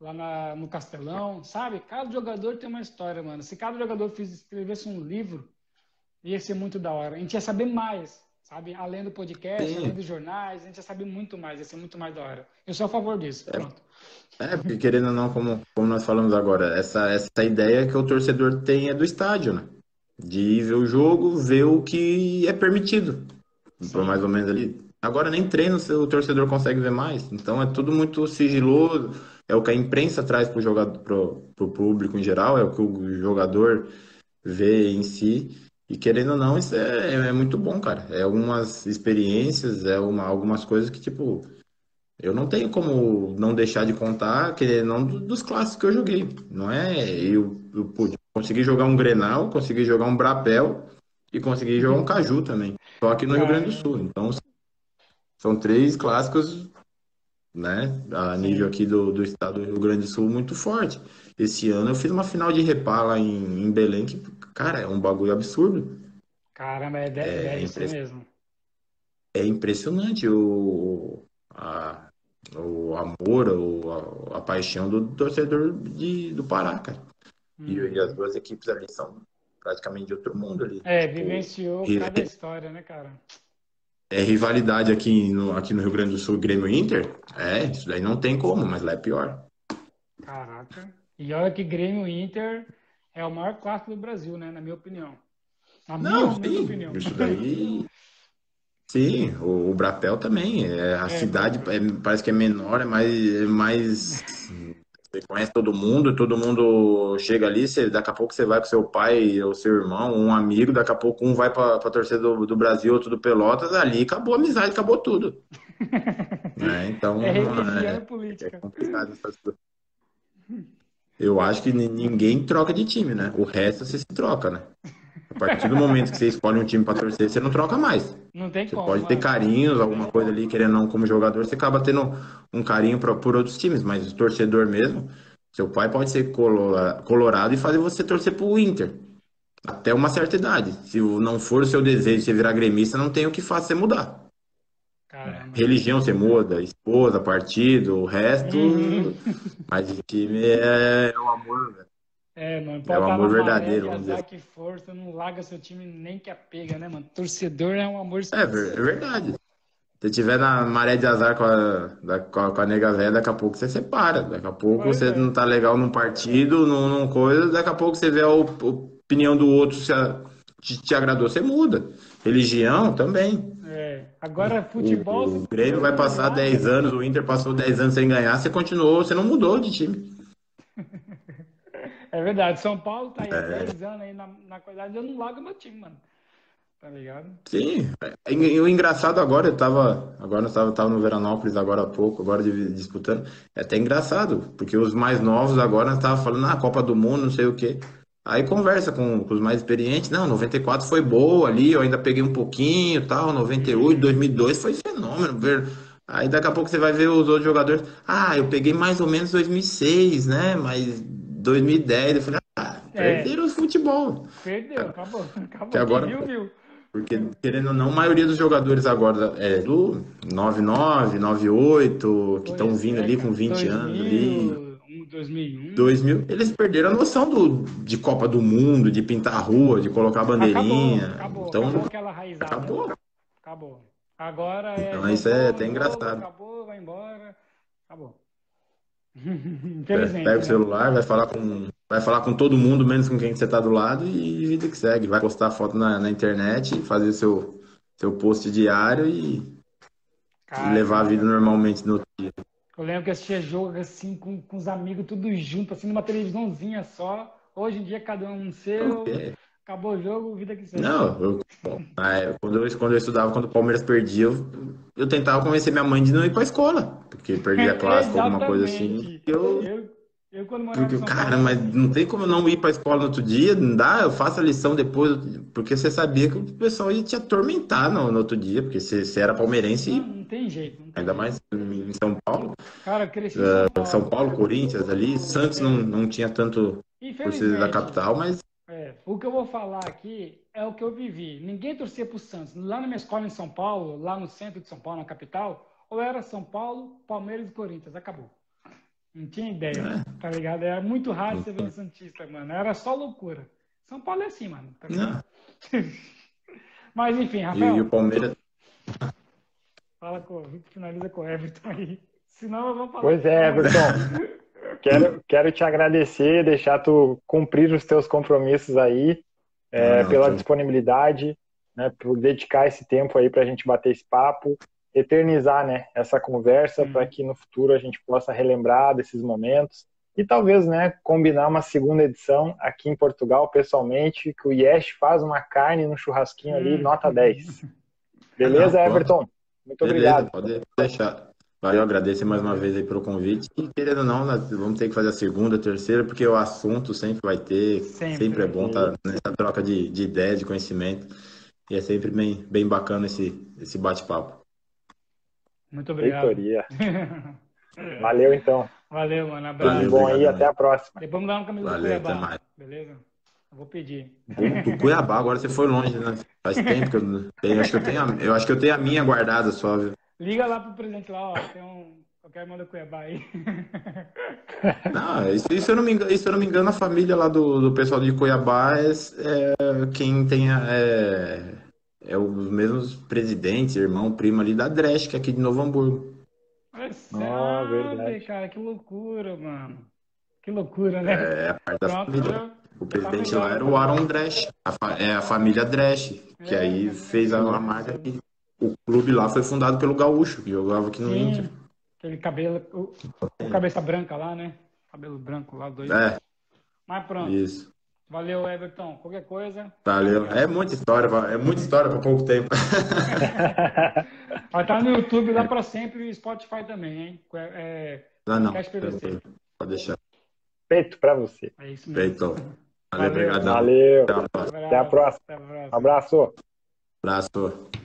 lá na, no Castelão, sabe? Cada jogador tem uma história, mano. Se cada jogador fiz, escrevesse um livro, ia ser muito da hora. A gente ia saber mais, sabe? Além do podcast, além Sim. dos jornais, a gente ia saber muito mais, ia ser muito mais da hora. Eu sou a favor disso, pronto. É, porque querendo ou não, como, como nós falamos agora, essa, essa ideia que o torcedor tem é do estádio, né? De ir ver o jogo, ver o que é permitido, por mais Sim. ou menos ali. Agora nem treino o torcedor consegue ver mais, então é tudo muito sigiloso, é o que a imprensa traz para o jogador, pro, pro público em geral, é o que o jogador vê em si, e querendo ou não, isso é, é muito bom, cara. É algumas experiências, é uma, algumas coisas que, tipo, eu não tenho como não deixar de contar, que não do- dos clássicos que eu joguei. Não é eu, eu pude, consegui jogar um Grenal, consegui jogar um Brapel e consegui jogar um Caju também. Só aqui no Rio Grande do Sul. Caramba. Então são três clássicos, né, a nível Sim. aqui do, do estado do Rio Grande do Sul muito forte. Esse ano eu fiz uma final de Repá lá em, em Belém que, cara, é um bagulho absurdo. Caramba, é, de- É, deve ser impre- mesmo. é impressionante o, a, o amor, o, a, a paixão do torcedor de, do Pará, cara. E, e as Uhum. duas equipes ali são praticamente de outro mundo ali. É, Tipo, vivenciou ri- cada história, né, cara? é rivalidade aqui no, aqui no Rio Grande do Sul, Grêmio e Inter? É, isso daí não tem como, mas lá é pior. Caraca. E olha que Grêmio e Inter é o maior clássico do Brasil, né? Na minha opinião. Na minha Não, humilde sim, opinião. isso daí. Sim, o, o Brapel também. É, a É, cidade Brapel. é- parece que é menor, é mais, é mais. Você conhece todo mundo, todo mundo chega ali, você, daqui a pouco você vai com seu pai ou seu irmão, um amigo, daqui a pouco um vai para a torcida do, do Brasil, outro do Pelotas, ali acabou a amizade, acabou tudo. Né? Então, É religião é, e é política. complicado essas coisas. Eu acho que ni- ninguém troca de time, né? O resto você se troca, né? A partir do momento que você escolhe um time para torcer, você não troca mais. Não tem Você como, pode ter mano. carinhos, alguma coisa ali, querendo ou não, como jogador, você acaba tendo um carinho pra, por outros times, mas o torcedor mesmo, seu pai pode ser colora- colorado e fazer você torcer pro Inter, até uma certa idade. Se o- não for o seu desejo, você virar gremista, não tem o que fazer você mudar. Caramba. Religião você muda, esposa, partido, o resto, Uhum. mas o time é, é o amor, velho. É, mano, É pode o estar na amor maré verdadeiro, de vamos dizer azar assim. que for, você não larga seu time nem que a pega, né, mano? Torcedor é um amor É, ver- é especial. verdade. Se tiver na maré de azar com a, da- com a, com a nega velha, daqui a pouco você separa. Daqui a pouco Pois você não é. tá legal num partido, num, num coisa, daqui a pouco você vê a op- opinião do outro, se a- te, te agradou, você muda. Religião também. É. Agora, O, futebol, se o for Grêmio vai pro passar lado. dez anos, o Inter passou dez anos sem ganhar, você continuou, você não mudou de time. É verdade, São Paulo tá aí há dez anos aí na, na qualidade, eu não largo meu time, mano. Tá ligado? Sim, é- e o engraçado agora, eu tava, agora eu tava, tava no Veranópolis agora há pouco, agora de- disputando, é até engraçado, porque os mais novos agora estavam falando, ah, Copa do Mundo, não sei o quê. Aí conversa com, com os mais experientes, não, noventa e quatro foi boa ali, eu ainda peguei um pouquinho, tal, noventa e oito, Uhum. dois mil e dois foi fenômeno, ver. Aí daqui a pouco você vai ver os outros jogadores, ah, eu peguei mais ou menos dois mil e seis, né, mas dois mil e dez, eu falei, ah, É, perderam o futebol. perdeu, acabou. Que Acabou. Quem agora viu, viu. porque, querendo ou não, a maioria dos jogadores agora é do noventa e nove, noventa e oito, que estão Pois vindo é, ali com cara. vinte anos ali, dois mil, um, dois mil e um. dois mil, eles perderam a noção do, de Copa do Mundo, de pintar a rua, de colocar Acabou, bandeirinha. acabou, Então, acabou aquela raizada. acabou. Acabou. Agora é Então, isso é jogou até um jogo, engraçado. acabou, vai embora. Acabou. É, pega Infelizmente, o né? celular, vai falar com, vai falar com todo mundo, menos com quem você tá do lado, e vida que segue. Vai postar foto na, na internet, fazer seu, seu post diário e, e levar a vida Caramba, cara. normalmente no. Eu lembro que assistia jogo assim com, com os amigos tudo junto, assim, numa televisãozinha só. Hoje em dia, cada um no seu. Acabou o jogo, vida que segue. Não, eu, na época, quando eu, quando eu estudava, quando o Palmeiras perdia, eu, eu tentava convencer minha mãe de não ir pra escola, porque perdia clássico, alguma coisa assim. Exatamente. Eu, Eu, eu, quando morava em porque, São Paulo, cara, era mas assim. não tem como eu não ir pra escola no outro dia, não dá, eu faço a lição depois, porque você sabia que o pessoal ia te atormentar no, no outro dia, porque você, você era Não, palmeirense, não tem jeito, não tem ainda jeito. mais em São Paulo, Cara, eu cresci em São São Paulo. Paulo, Corinthians ali, Santos não, É, não tinha tanto por ser da infelizmente, capital, mas é, o que eu vou falar aqui é o que eu vivi. Ninguém torcia pro Santos. Lá na minha escola em São Paulo, lá no centro de São Paulo, na capital, ou era São Paulo, Palmeiras e Corinthians. Acabou. Não tinha ideia, É. tá ligado? Era muito raro Não você ver foi. um Santista, mano. Era só loucura. São Paulo é assim, mano, tá Não. ligado? Mas enfim, E, e o Rafael, Palmeiras. fala com, finaliza com o Everton aí. Senão eu vou falar Pois de é, novo. Everton. Quero, quero te agradecer, deixar tu cumprir os teus compromissos aí, Não, é, não, pela tranquilo. disponibilidade, né, por dedicar esse tempo aí para a gente bater esse papo, eternizar, né, essa conversa para Sim. que no futuro a gente possa relembrar desses momentos e talvez, né, combinar uma segunda edição aqui em Portugal, pessoalmente, que o Yesh faz uma carne no churrasquinho ali, Hum. nota dez. É, não, Beleza, pô. Everton? Muito Beleza, obrigado. pode deixar. Valeu, agradeço mais uma Valeu. vez aí pelo convite. E querendo ou não, nós vamos ter que fazer a segunda, a terceira, porque o assunto sempre vai ter, sempre é Sempre. bom estar nessa troca de, de ideias, de conhecimento. E é sempre bem, bem bacana esse, esse bate-papo. Muito obrigado. Feitoria. Valeu, então. Valeu, mano. Tudo de Valeu, Abraço. bom aí, obrigadão até aí. a próxima. Depois me dá uma camisa do Valeu, até Cuiabá, mais. beleza? Eu vou pedir. Do, do Cuiabá, agora você foi longe, né? Faz tempo que eu não tenho, acho que eu tenho a, eu acho que eu tenho a minha guardada só, viu? Liga lá pro presidente lá, ó. Tem um. Qualquer irmão do Cuiabá aí. Não, isso, isso eu não me engano, isso eu não me engano, a família lá do, do pessoal de Cuiabá é, é quem tem a- é, é os mesmos presidentes, irmão, primo ali da Dresch, que é aqui de Novo Hamburgo. Você Ah, sabe, verdade. cara, que loucura, mano. Que loucura, né? É a parte da Pronto, família. já, O já tá presidente melhor, lá já era tá o melhor. Aaron Dresch, a fa- é a família Dresch, que É, aí família fez a, a Dresch, marca sabe? aqui. O clube lá foi fundado pelo Gaúcho, que jogava aqui no Inter. Sim, aquele cabelo, o, o cabeça branca lá, né? Cabelo branco lá, doido. É, Mas pronto. isso. Valeu, Everton. Qualquer coisa, tá Valeu. É ligado? muita história, é muita história para pouco tempo. Vai estar no YouTube lá pra sempre e Spotify também, hein? É, Não, não, Cash P V C. pode deixar. Feito para você. É isso mesmo. Feito. Valeu, Valeu. obrigadão. Valeu. Até a próxima. Até a Abraço. próxima. Até a próxima. Abraço. Abraço.